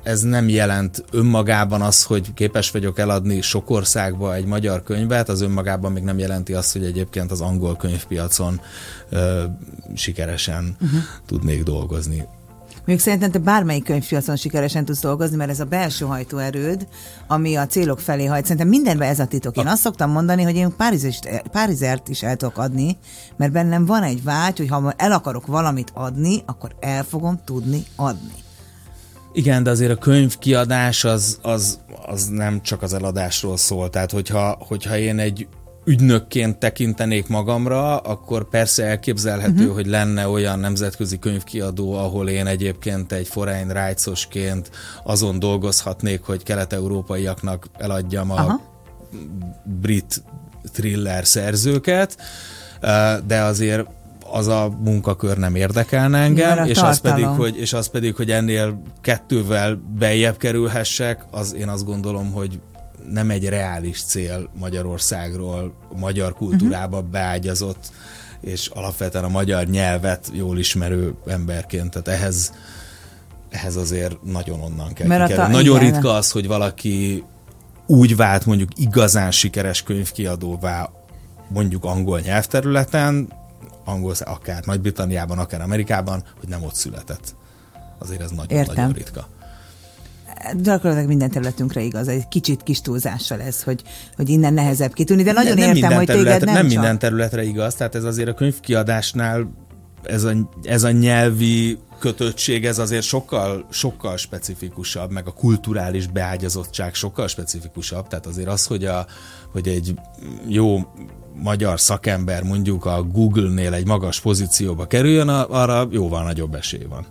ez nem jelent önmagában az, hogy képes vagyok eladni sok országba egy magyar könyvet, az önmagában még nem jelenti azt, hogy egyébként az angol könyvpiacon ö, sikeresen uh-huh. tudnék dolgozni. Mondjuk szerintem te bármelyik könyvpiacon sikeresen tudsz dolgozni, mert ez a belső hajtóerőd, ami a célok felé hajt. Szerintem mindenben ez a titok. Én azt szoktam mondani, hogy én Párizist, Párizert is el tudok adni, mert bennem van egy vágy, hogy ha el akarok valamit adni, akkor el fogom tudni adni. Igen, de azért a könyvkiadás az, az, az nem csak az eladásról szól. Tehát, hogyha, hogyha én egy ügynökként tekintenék magamra, akkor persze elképzelhető, uh-huh. hogy lenne olyan nemzetközi könyvkiadó, ahol én egyébként egy foreign rights-osként azon dolgozhatnék, hogy kelet-európaiaknak eladjam a Aha. brit thriller szerzőket, de azért az a munkakör nem érdekelne engem, és az, pedig, hogy, és az pedig, hogy ennél kettővel beljebb kerülhessek, az én azt gondolom, hogy nem egy reális cél Magyarországról, a magyar kultúrába uh-huh. beágyazott, és alapvetően a magyar nyelvet jól ismerő emberként. Tehát ehhez, ehhez azért nagyon onnan kell kikerülni. Ta- nagyon igen. ritka az, hogy valaki úgy vált mondjuk igazán sikeres könyvkiadóvá mondjuk angol nyelvterületen, angol, akár Nagy-Britanniában, akár Amerikában, hogy nem ott született. Azért ez nagyon-nagyon ritka. Gyakorlatilag minden területünkre igaz, egy kicsit kis túlzással ez, hogy, hogy innen nehezebb kitűnni, de nagyon nem értem, hogy téged nem Nem csak. minden területre igaz, tehát ez azért a könyvkiadásnál ez a, ez a nyelvi kötöttség, ez azért sokkal, sokkal specifikusabb, meg a kulturális beágyazottság sokkal specifikusabb, tehát azért az, hogy, a, hogy egy jó magyar szakember mondjuk a Google-nél egy magas pozícióba kerüljön, arra jóval nagyobb esély van.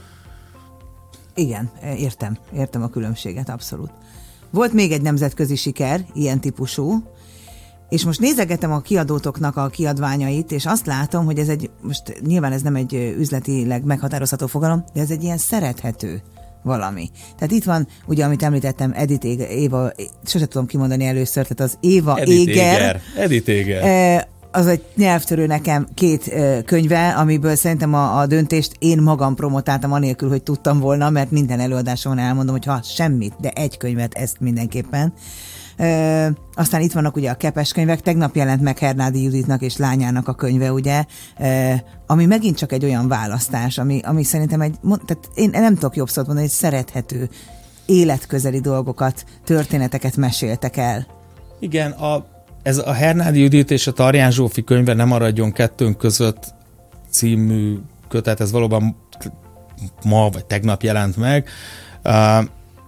Igen, értem, értem a különbséget, abszolút. Volt még egy nemzetközi siker, ilyen típusú, és most nézegetem a kiadótoknak a kiadványait, és azt látom, hogy ez egy, most nyilván ez nem egy üzletileg meghatározható fogalom, de ez egy ilyen szerethető valami. Tehát itt van, ugye, amit említettem, Edith Éva, sose tudom kimondani először, tehát az Éva Edith Éger. Éger. Edith Éger. E, az egy nyelvtörő nekem két e, könyve, amiből szerintem a, a döntést én magam promotáltam, anélkül, hogy tudtam volna, mert minden előadáson elmondom, hogy ha semmit, de egy könyvet, ezt mindenképpen. E, aztán itt vannak ugye a Kepes könyvek, tegnap jelent meg Hernádi Juditnak és lányának a könyve, ugye, e, ami megint csak egy olyan választás, ami, ami szerintem egy, tehát én nem tudok jobb szót mondani, hogy szerethető, életközeli dolgokat, történeteket meséltek el. Igen, a ez a Hernádi Judit és a Tarján Zsófi könyve Nem maradjon kettőnk között című kötet, ez valóban ma vagy tegnap jelent meg, uh,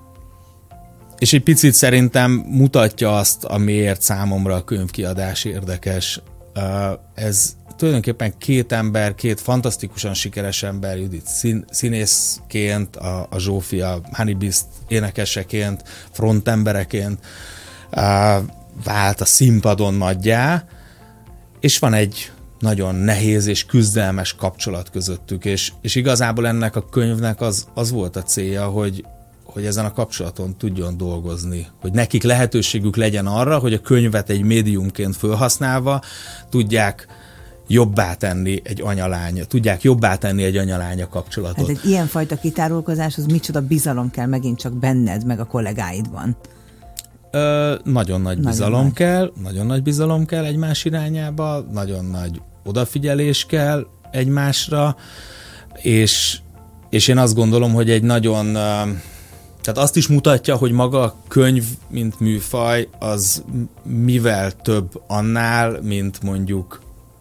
és egy picit szerintem mutatja azt, amiért számomra a könyvkiadás érdekes. Uh, ez tulajdonképpen két ember, két fantasztikusan sikeres ember, Judit szín, színészként, a, a Zsófi a Honeybeast énekeseként, frontembereként, uh, vált a színpadon nagyjá, és van egy nagyon nehéz és küzdelmes kapcsolat közöttük, és, és igazából ennek a könyvnek az, az volt a célja, hogy, hogy ezen a kapcsolaton tudjon dolgozni, hogy nekik lehetőségük legyen arra, hogy a könyvet egy médiumként felhasználva tudják jobbá tenni egy anyalány, tudják jobbá tenni egy anyalánya kapcsolatot. Hát egy ilyenfajta kitárulkozáshoz micsoda bizalom kell megint csak benned, meg a kollégáidban. Ö, nagyon nagy nagyon bizalom nagy. kell, nagyon nagy bizalom kell egymás irányába, nagyon nagy odafigyelés kell egymásra, és, és én azt gondolom, hogy egy nagyon, tehát azt is mutatja, hogy maga a könyv, mint műfaj, az mivel több annál, mint mondjuk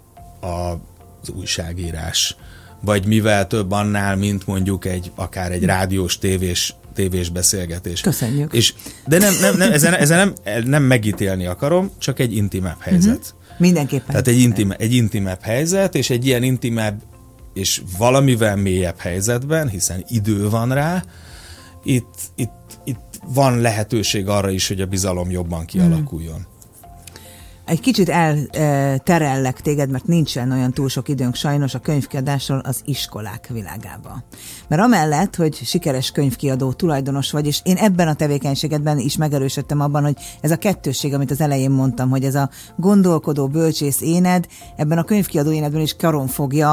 az újságírás, vagy mivel több annál, mint mondjuk egy akár egy rádiós, tévés tévés beszélgetés. Köszönjük. És, de nem, nem, nem, ezen, ezen nem, nem megítélni akarom, csak egy intimebb helyzet. Uh-huh. Mindenképpen. Tehát egy, intim, egy intimebb helyzet, és egy ilyen intimebb és valamivel mélyebb helyzetben, hiszen idő van rá, itt, itt, itt van lehetőség arra is, hogy a bizalom jobban kialakuljon. Hmm. Egy kicsit elterellek téged, mert nincsen olyan túl sok időnk sajnos a könyvkiadásról az iskolák világába. Mert amellett, hogy sikeres könyvkiadó tulajdonos vagy, és én ebben a tevékenységedben is megerősödtem abban, hogy ez a kettősség, amit az elején mondtam, hogy ez a gondolkodó bölcsész éned, ebben a könyvkiadó énedben is karon fogja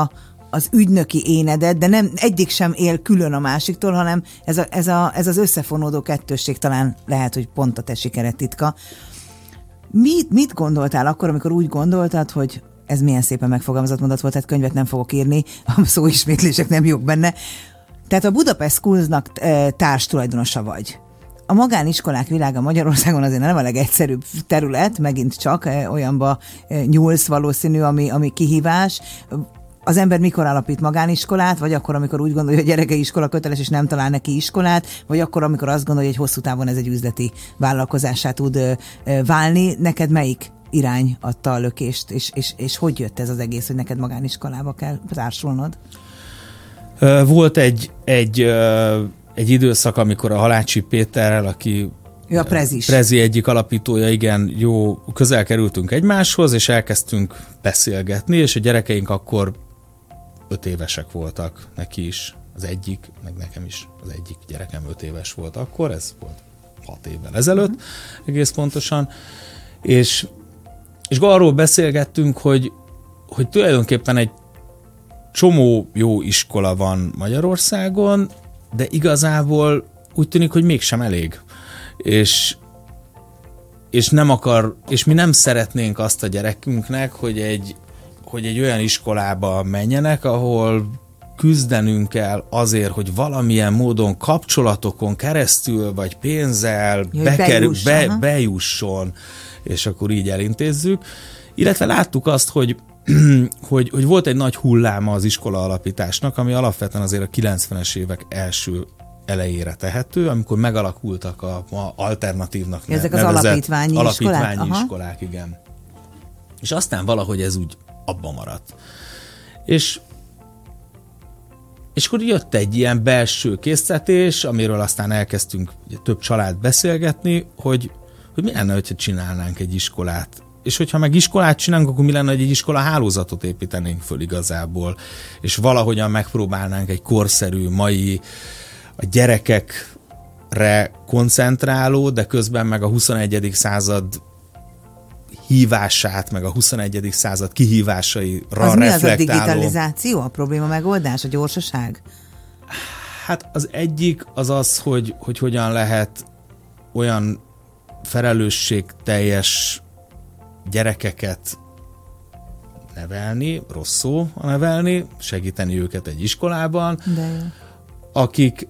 az ügynöki énedet, de nem egyik sem él külön a másiktól, hanem ez, a, ez, a, ez az összefonódó kettősség talán lehet, hogy pont a te sikered titka. Mit, mit gondoltál akkor, amikor úgy gondoltad, hogy ez milyen szépen megfogalmazott mondat volt, tehát könyvet nem fogok írni, a szóismétlések nem jók benne. Tehát a Budapest Schools-nak társtulajdonosa vagy. A magániskolák világa Magyarországon azért nem a legegyszerűbb terület, megint csak olyanba nyúlsz valószínű, ami, ami kihívás. Az ember mikor alapít magániskolát, vagy akkor, amikor úgy gondolja, hogy a gyereke iskola köteles, és nem talál neki iskolát, vagy akkor, amikor azt gondolja, hogy hosszú távon ez egy üzleti vállalkozásá tud válni. Neked melyik irány adta a lökést, és, és, és hogy jött ez az egész, hogy neked magániskolába kell társulnod? Volt egy, egy, egy időszak, amikor a Halácsi Péterrel, aki ő a Prezis. Prezi egyik alapítója, igen, jó, közel kerültünk egymáshoz, és elkezdtünk beszélgetni, és a gyerekeink akkor öt évesek voltak, neki is az egyik, meg nekem is az egyik gyerekem öt éves volt akkor, ez volt hat évvel ezelőtt, uh-huh. egész pontosan, és, és arról beszélgettünk, hogy, hogy tulajdonképpen egy csomó jó iskola van Magyarországon, de igazából úgy tűnik, hogy mégsem elég. És, és nem akar, és mi nem szeretnénk azt a gyerekünknek, hogy egy, hogy egy olyan iskolába menjenek, ahol küzdenünk kell azért, hogy valamilyen módon kapcsolatokon keresztül, vagy pénzzel Jaj, bekerül, bejuss, be, bejusson, és akkor így elintézzük. Illetve láttuk azt, hogy Hogy, hogy volt egy nagy hulláma az iskola alapításnak, ami alapvetően azért a kilencvenes évek első elejére tehető, amikor megalakultak a, a alternatívnak ezek nevezett az alapítványi, alapítványi iskolák, iskolák, igen. És aztán valahogy ez úgy abba maradt. És, és akkor jött egy ilyen belső késztetés, amiről aztán elkezdtünk ugye, több család beszélgetni, hogy, hogy mi lenne, hogyha csinálnánk egy iskolát. És hogyha meg iskolát csinálunk, akkor mi lenne, hogy egy iskola hálózatot építenénk föl igazából, és valahogyan megpróbálnánk egy korszerű, mai, a gyerekekre koncentráló, de közben meg a huszonegyedik század hívását, meg a huszonegyedik század kihívásaira az reflektáló. Mi az a digitalizáció, a probléma megoldás, a gyorsaság? Hát az egyik az az, hogy, hogy hogyan lehet olyan felelősségteljes gyerekeket nevelni, rossz szó a nevelni, segíteni őket egy iskolában, akik,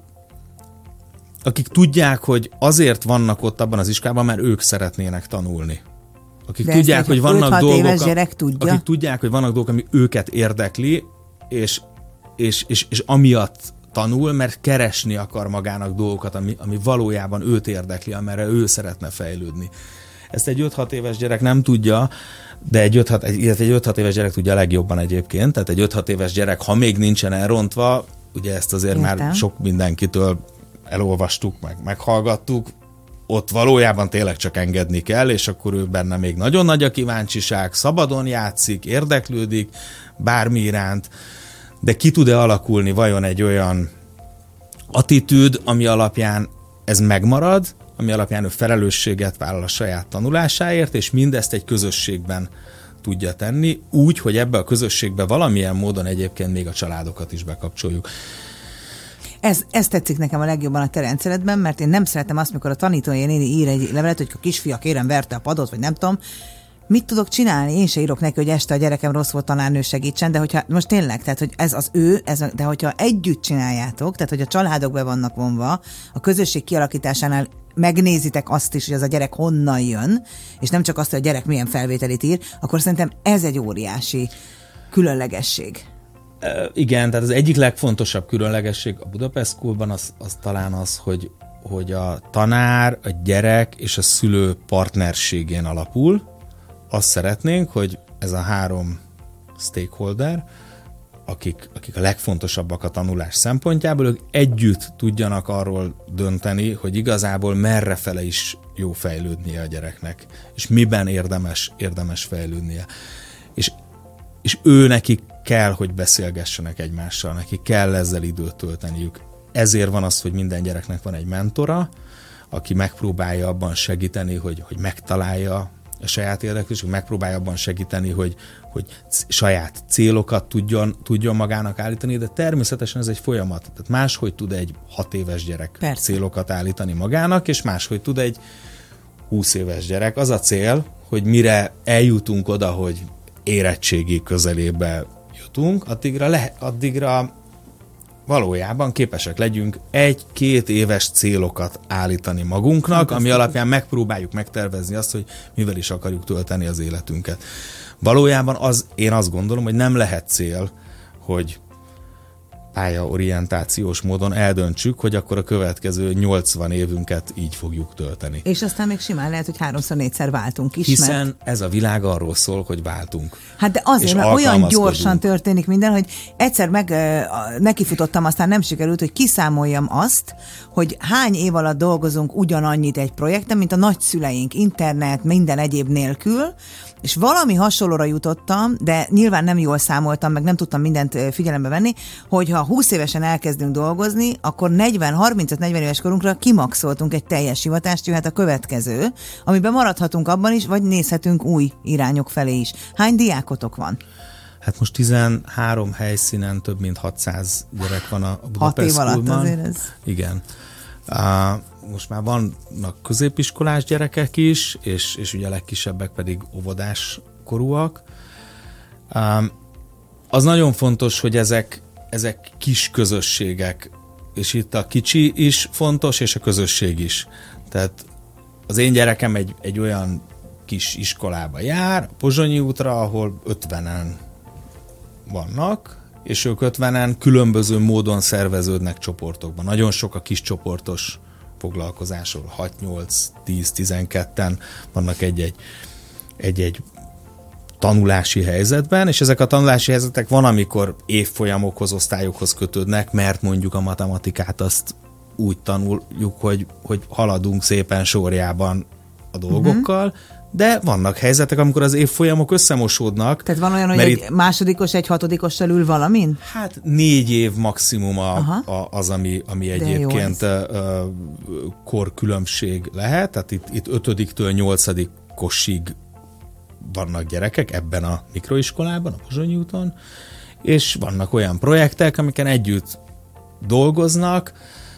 akik tudják, hogy azért vannak ott abban az iskolában, mert ők szeretnének tanulni. Akik de tudják, hogy vannak dolgok, tudja. akik tudják, hogy vannak dolgok, ami őket érdekli, és, és, és, és amiatt tanul, mert keresni akar magának dolgokat, ami, ami valójában őt érdekli, amerre ő szeretne fejlődni. Ezt egy öt-hat éves gyerek nem tudja, de egy öt-hat, illetve egy öt-hat éves gyerek tudja legjobban egyébként, tehát egy öt-hat éves gyerek, ha még nincsen elrontva, ugye ezt azért Értem. Már sok mindenkitől elolvastuk, meg meghallgattuk, ott valójában tényleg csak engedni kell, és akkor ő benne még nagyon nagy a kíváncsiság, szabadon játszik, érdeklődik bármi iránt, de ki tud-e alakulni vajon egy olyan attitűd, ami alapján ez megmarad, ami alapján ő felelősséget vállal a saját tanulásáért, és mindezt egy közösségben tudja tenni, úgy, hogy ebbe a közösségbe valamilyen módon egyébként még a családokat is bekapcsoljuk. Ez, ez tetszik nekem a legjobban a te rendszeredben, mert én nem szeretem azt, mikor a tanítója néni ír egy levelet, hogy a kisfia kérem verte a padot, vagy nem tudom, mit tudok csinálni? Én se írok neki, hogy este a gyerekem rossz volt, tanárnő segítsen, de hogyha most tényleg, tehát hogy ez az ő, ez, de hogyha együtt csináljátok, tehát hogy a családok be vannak vonva, a közösség kialakításánál megnézitek azt is, hogy az a gyerek honnan jön, és nem csak azt, hogy a gyerek milyen felvételit ír, akkor szerintem ez egy óriási különlegesség. E, igen, tehát az egyik legfontosabb különlegesség a Budapest Schoolban az, az talán az, hogy, hogy a tanár, a gyerek és a szülő partnerségén alapul. Azt szeretnénk, hogy ez a három stakeholder, akik, akik a legfontosabbak a tanulás szempontjából, ők együtt tudjanak arról dönteni, hogy igazából merrefele is jó fejlődnie a gyereknek, és miben érdemes, érdemes fejlődnie. És, és ő nekik kell, hogy beszélgessenek egymással, nekik kell ezzel időt tölteniük. Ezért van az, hogy minden gyereknek van egy mentora, aki megpróbálja abban segíteni, hogy, hogy megtalálja a saját érdeklődésük, megpróbálja abban segíteni, hogy, hogy saját célokat tudjon, tudjon magának állítani, de természetesen ez egy folyamat. Tehát máshogy tud egy hat éves gyerek Persze. célokat állítani magának, és máshogy tud egy húsz éves gyerek. Az a cél, hogy mire eljutunk oda, hogy érettségi közelébe jutunk, addigra, le, addigra valójában képesek legyünk egy-két éves célokat állítani magunknak, ami alapján megpróbáljuk megtervezni azt, hogy mivel is akarjuk tölteni az életünket. Valójában az, én azt gondolom, hogy nem lehet cél, hogy pályaorientációs módon eldöntsük, hogy akkor a következő nyolcvan évünket így fogjuk tölteni. És aztán még simán lehet, hogy háromszor, négyszer váltunk is. Hiszen mert... ez a világ arról szól, hogy váltunk. Hát de azért, mert olyan gyorsan történik minden, hogy egyszer meg uh, nekifutottam, aztán nem sikerült, hogy kiszámoljam azt, hogy hány év alatt dolgozunk ugyanannyit egy projekten, mint a nagyszüleink, internet, minden egyéb nélkül, és valami hasonlóra jutottam, de nyilván nem jól számoltam, meg nem tudtam mindent figyelembe venni, hogy ha húsz évesen elkezdünk dolgozni, akkor negyven harmincöt negyven éves korunkra kimaxoltunk egy teljes hivatást, jöhet a következő, amiben maradhatunk abban is, vagy nézhetünk új irányok felé is. Hány diákotok van? Hát most tizenhárom helyszínen több mint hatszáz gyerek van a Budapest Hat év alatt azért ez. Igen. Uh, most már vannak középiskolás gyerekek is, és, és ugye a legkisebbek pedig óvodás korúak. Um, az nagyon fontos, hogy ezek, ezek kis közösségek, és itt a kicsi is fontos, és a közösség is. Tehát az én gyerekem egy, egy olyan kis iskolába jár, a Pozsonyi útra, ahol ötvenen vannak, és ők ötvenen különböző módon szerveződnek csoportokban. Nagyon sok a kis csoportos foglalkozásról, hat nyolc tíz tizenketten vannak egy-egy, egy-egy tanulási helyzetben, és ezek a tanulási helyzetek van, amikor évfolyamokhoz, osztályokhoz kötődnek, mert mondjuk a matematikát azt úgy tanuljuk, hogy, hogy haladunk szépen sorjában a dolgokkal, uh-huh. de vannak helyzetek, amikor az évfolyamok összemosódnak. Tehát van olyan, hogy egy itt, másodikos, egy hatodikossal ül valamin? Hát négy év maximum a, a, az, ami, ami egyébként korkülönbség lehet. Tehát itt, itt ötödiktől nyolcadikosig vannak gyerekek ebben a mikroiskolában, a Pozsonyi úton, és vannak olyan projektek, amiken együtt dolgoznak,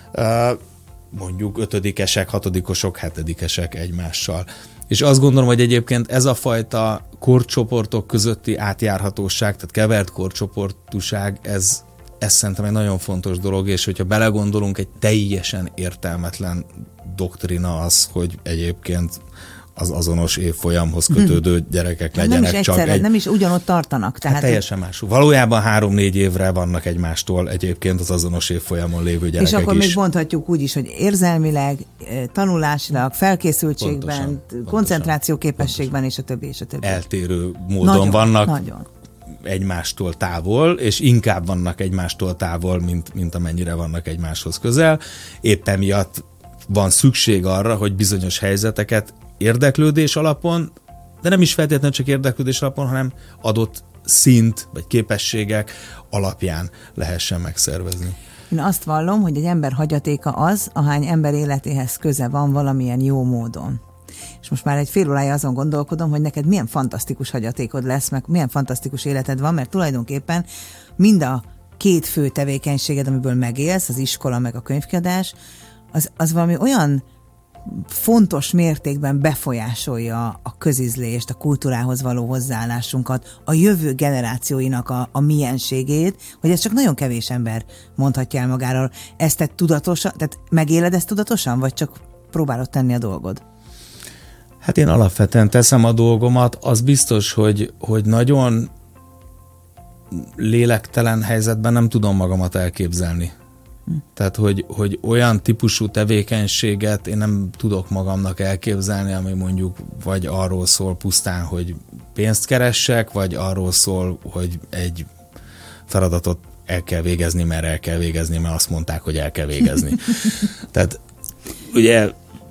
mondjuk ötödikesek, hatodikosok, hetedikesek egymással. És azt gondolom, hogy egyébként ez a fajta korcsoportok közötti átjárhatóság, tehát kevert korcsoportúság, ez, ez szerintem egy nagyon fontos dolog, és hogyha belegondolunk, egy teljesen értelmetlen doktrina az, hogy egyébként az azonos évfolyamhoz kötődő hmm. gyerekek legyenek. Nem is egyszerre, csak egy... nem is ugyanott tartanak. Tehát hát teljesen más. Valójában három-négy évre vannak egymástól egyébként az azonos évfolyamon lévő gyerekek is. És akkor is. még mondhatjuk úgy is, hogy érzelmileg, tanulásilag, felkészültségben, pontosan, koncentrációképességben és a többi és a többi. Eltérő módon nagyon, vannak. Nagyon. Egymástól távol, és inkább vannak egymástól távol, mint, mint amennyire vannak egymáshoz közel. Éppen miatt van szükség arra, hogy bizonyos helyzeteket érdeklődés alapon, de nem is feltétlenül csak érdeklődés alapon, hanem adott szint vagy képességek alapján lehessen megszervezni. Én azt vallom, hogy egy ember hagyatéka az, ahány ember életéhez köze van valamilyen jó módon. És most már egy fél órája azon gondolkodom, hogy neked milyen fantasztikus hagyatékod lesz, meg milyen fantasztikus életed van, mert tulajdonképpen mind a két fő tevékenységed, amiből megélsz, az iskola meg a könyvkiadás, az, az valami olyan fontos mértékben befolyásolja a közizlést, a kultúrához való hozzáállásunkat, a jövő generációinak a, a mienségét, hogy ez csak nagyon kevés ember mondhatja el magáról. Ezt te tudatosan, tehát megéled ezt tudatosan, vagy csak próbálod tenni a dolgod? Hát én alapvetően teszem a dolgomat, az biztos, hogy, hogy nagyon lélektelen helyzetben nem tudom magamat elképzelni. Hm. Tehát, hogy, hogy olyan típusú tevékenységet én nem tudok magamnak elképzelni, ami mondjuk vagy arról szól pusztán, hogy pénzt keressek, vagy arról szól, hogy egy feladatot el kell végezni, mert el kell végezni, mert azt mondták, hogy el kell végezni. Tehát ugye,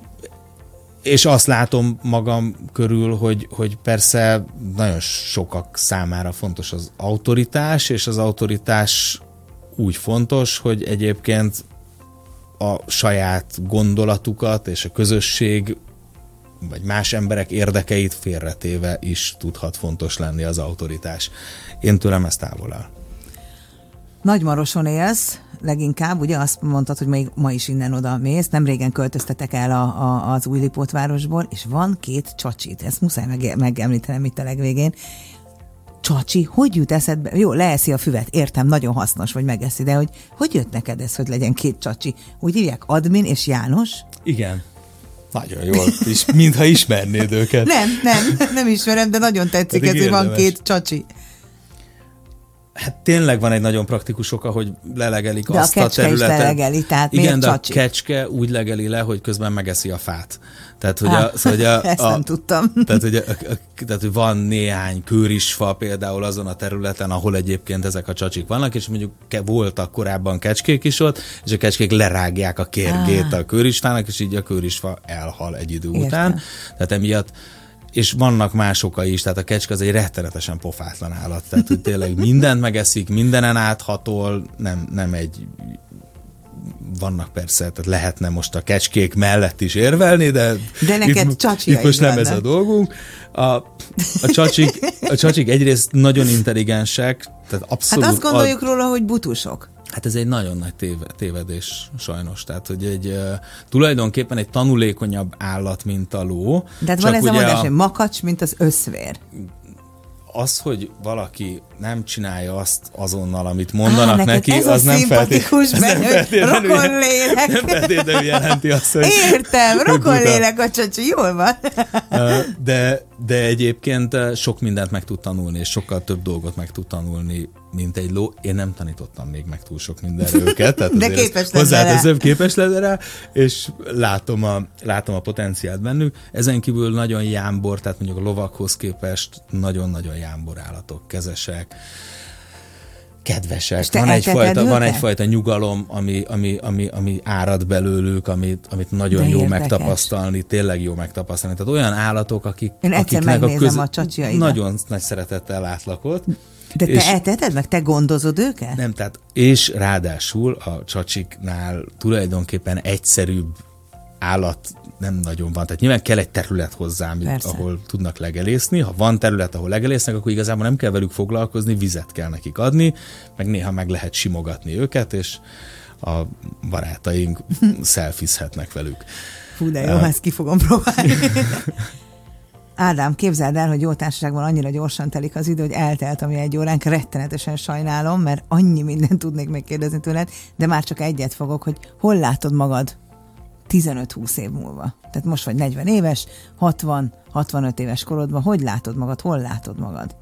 és azt látom magam körül, hogy, hogy persze nagyon sokak számára fontos az autoritás, és az autoritás úgy fontos, hogy egyébként a saját gondolatukat és a közösség vagy más emberek érdekeit félretéve is tudhat fontos lenni az autoritás. Én tőlem ez távol áll. Nagymaroson élsz, leginkább, ugye azt mondtad, hogy még ma is innen-oda mész, nem régen költöztetek el a, a, az Újlipótvárosból, és van két csacsit, ezt muszáj meg, megemlítenem itt a legvégén. Csacsi, hogy jut eszedbe? Jó, leeszi a füvet, értem, nagyon hasznos, vagy megeszi, de hogy, hogy jött neked ez, hogy legyen két csacsi? Úgy hívják, Admin és János? Igen. Nagyon jól, és mintha ismernéd őket. Nem, nem, nem ismerem, de nagyon tetszik ez, hogy van két csacsi. Hát tényleg van egy nagyon praktikus oka, hogy lelegelik de azt a, a területet. De a kecske is lelegeli, tehát igen, miért de csacsi? A kecske úgy legeli le, hogy közben megeszi a fát. Tehát, hogy a, szóval, hogy a, ezt a, nem tudtam. Tehát hogy, a, a, tehát, hogy van néhány kőrisfa például azon a területen, ahol egyébként ezek a csacsik vannak, és mondjuk voltak korábban kecskék is ott, és a kecskék lerágják a kérgét ah. a kőrisfának, és így a kőrisfa elhal egy idő Értem. után. Tehát emiatt és vannak más okai is, tehát a kecske az egy rettenetesen pofátlan állat, tehát hogy tényleg mindent megeszik, mindenen áthatol, nem, nem egy vannak persze, tehát lehetne most a kecskék mellett is érvelni, de, de neked itt, itt most nem vannak. ez a dolgunk. A, a, csacsik, a csacsik egyrészt nagyon intelligensek, tehát abszolút... Hát azt gondoljuk ad, róla, hogy butusok. Hát ez egy nagyon nagy téve, tévedés sajnos. Tehát, hogy egy uh, tulajdonképpen egy tanulékonyabb állat, mint a ló. De hát van ez a mondás, hogy makacs, mint az összvér. Az, hogy valaki nem csinálja azt azonnal, amit mondanak Á, neki, ez az nem feltétlenül rokonlélek. Nem feltétlenül jelenti azt, hogy... Értem, rokonlélek a csacsi, jól van. De, de egyébként sok mindent meg tud tanulni, és sokkal több dolgot meg tud tanulni, mint egy ló. Én nem tanítottam még meg túl sok mindenre őket. Tehát de képes lenne rá. képes lenne rá, és látom a, látom a potenciált bennük. Ezen kívül nagyon jámbor, tehát mondjuk a lovakhoz képest nagyon-nagyon jámbor állatok, kezesek, kedvesek. Van egyfajta, van egyfajta nyugalom, ami, ami, ami, ami árad belőlük, amit, amit nagyon de jó érdekes. megtapasztalni, tényleg jó megtapasztalni. Tehát olyan állatok, akik, Én akiknek a, köz... a csacsiaidat. Nagyon nagy szeretettel látlak ott. De te elteted meg? Te gondozod őket? Nem, tehát és ráadásul a csacsiknál tulajdonképpen egyszerűbb állat nem nagyon van. Tehát nyilván kell egy terület hozzá, ahol tudnak legelészni. Ha van terület, ahol legelésznek, akkor igazából nem kell velük foglalkozni, vizet kell nekik adni, meg néha meg lehet simogatni őket, és a barátaink szelfizhetnek velük. Fú, de jó, uh, ezt ki fogom próbálni. Ádám, képzeld el, hogy jó társaságban annyira gyorsan telik az idő, hogy eltelt a mi egy óránk, rettenetesen sajnálom, mert annyi mindent tudnék még kérdezni tőled, de már csak egyet fogok, hogy hol látod magad tizenöt-húsz év múlva? Tehát most vagy negyven éves, hatvan-hatvanöt éves korodban, hogy látod magad, hol látod magad?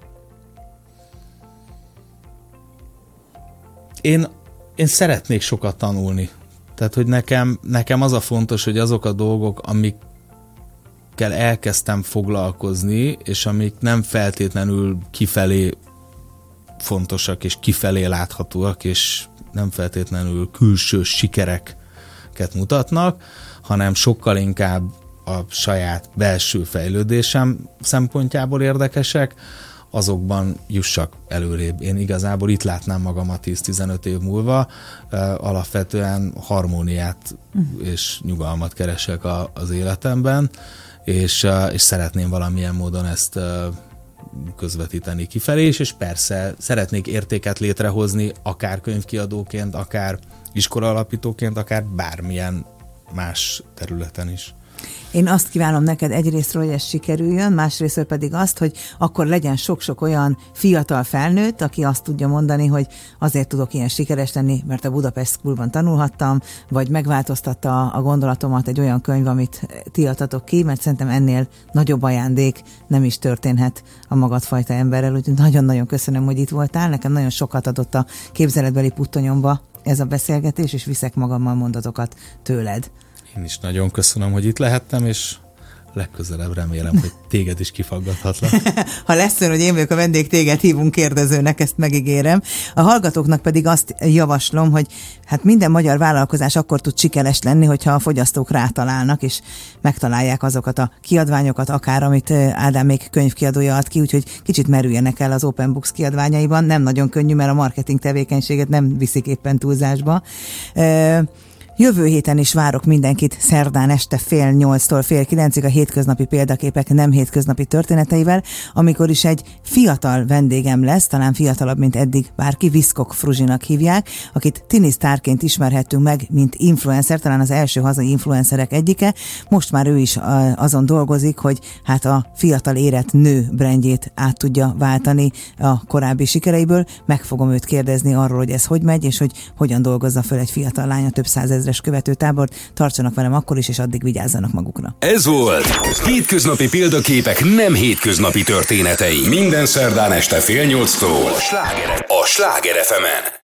Én, én szeretnék sokat tanulni. Tehát, hogy nekem, nekem az a fontos, hogy azok a dolgok, amik kell elkezdtem foglalkozni, és amik nem feltétlenül kifelé fontosak, és kifelé láthatóak, és nem feltétlenül külső sikereket mutatnak, hanem sokkal inkább a saját belső fejlődésem szempontjából érdekesek, azokban jussak előrébb. Én igazából itt látnám magamat tíz-tizenöt év múlva, alapvetően harmóniát és nyugalmat keresek a, az életemben, és, és szeretném valamilyen módon ezt közvetíteni kifelé is, és persze szeretnék értéket létrehozni, akár könyvkiadóként, akár iskolaalapítóként, akár bármilyen más területen is. Én azt kívánom neked egyrésztről, hogy ez sikerüljön, másrésztről pedig azt, hogy akkor legyen sok-sok olyan fiatal felnőtt, aki azt tudja mondani, hogy azért tudok ilyen sikeres lenni, mert a Budapest Schoolban tanulhattam, vagy megváltoztatta a gondolatomat egy olyan könyv, amit ti adtatok ki, mert szerintem ennél nagyobb ajándék nem is történhet a magadfajta emberrel, úgyhogy nagyon-nagyon köszönöm, hogy itt voltál, nekem nagyon sokat adott a képzeletbeli puttonyomba ez a beszélgetés, és viszek magammal mondatokat tőled. Én is nagyon köszönöm, hogy itt lehettem, és legközelebb remélem, hogy téged is kifaggathatlak. Ha lesz olyan, hogy én vagyok a vendég, téged hívunk kérdezőnek, ezt megígérem. A hallgatóknak pedig azt javaslom, hogy hát minden magyar vállalkozás akkor tud sikeres lenni, hogyha a fogyasztók rátalálnak, és megtalálják azokat a kiadványokat, akár amit Ádám még könyvkiadója ad ki, úgyhogy kicsit merüljenek el az Open Books kiadványaiban. Nem nagyon könnyű, mert a marketing tevékenységet nem viszik éppen túlzásba. Jövő héten is várok mindenkit szerdán este fél nyolctól fél kilencig a hétköznapi példaképek nem hétköznapi történeteivel, amikor is egy fiatal vendégem lesz, talán fiatalabb, mint eddig bárki, Viszkok Fruzsinak hívják, akit tinisztárként ismerhettünk meg, mint influencer, talán az első hazai influencerek egyike. Most már ő is azon dolgozik, hogy hát a fiatal érett nő brandjét át tudja váltani a korábbi sikereiből. Meg fogom őt kérdezni arról, hogy ez hogy megy, és hogy hogyan dolgozza föl egy fiatal lánya több százezres követőtábort. Tartsanak velem akkor is, és addig vigyázzanak magukra. Ez volt Hétköznapi példaképek nem hétköznapi történetei. Minden szerdán este fél nyolctól a Sláger ef emen.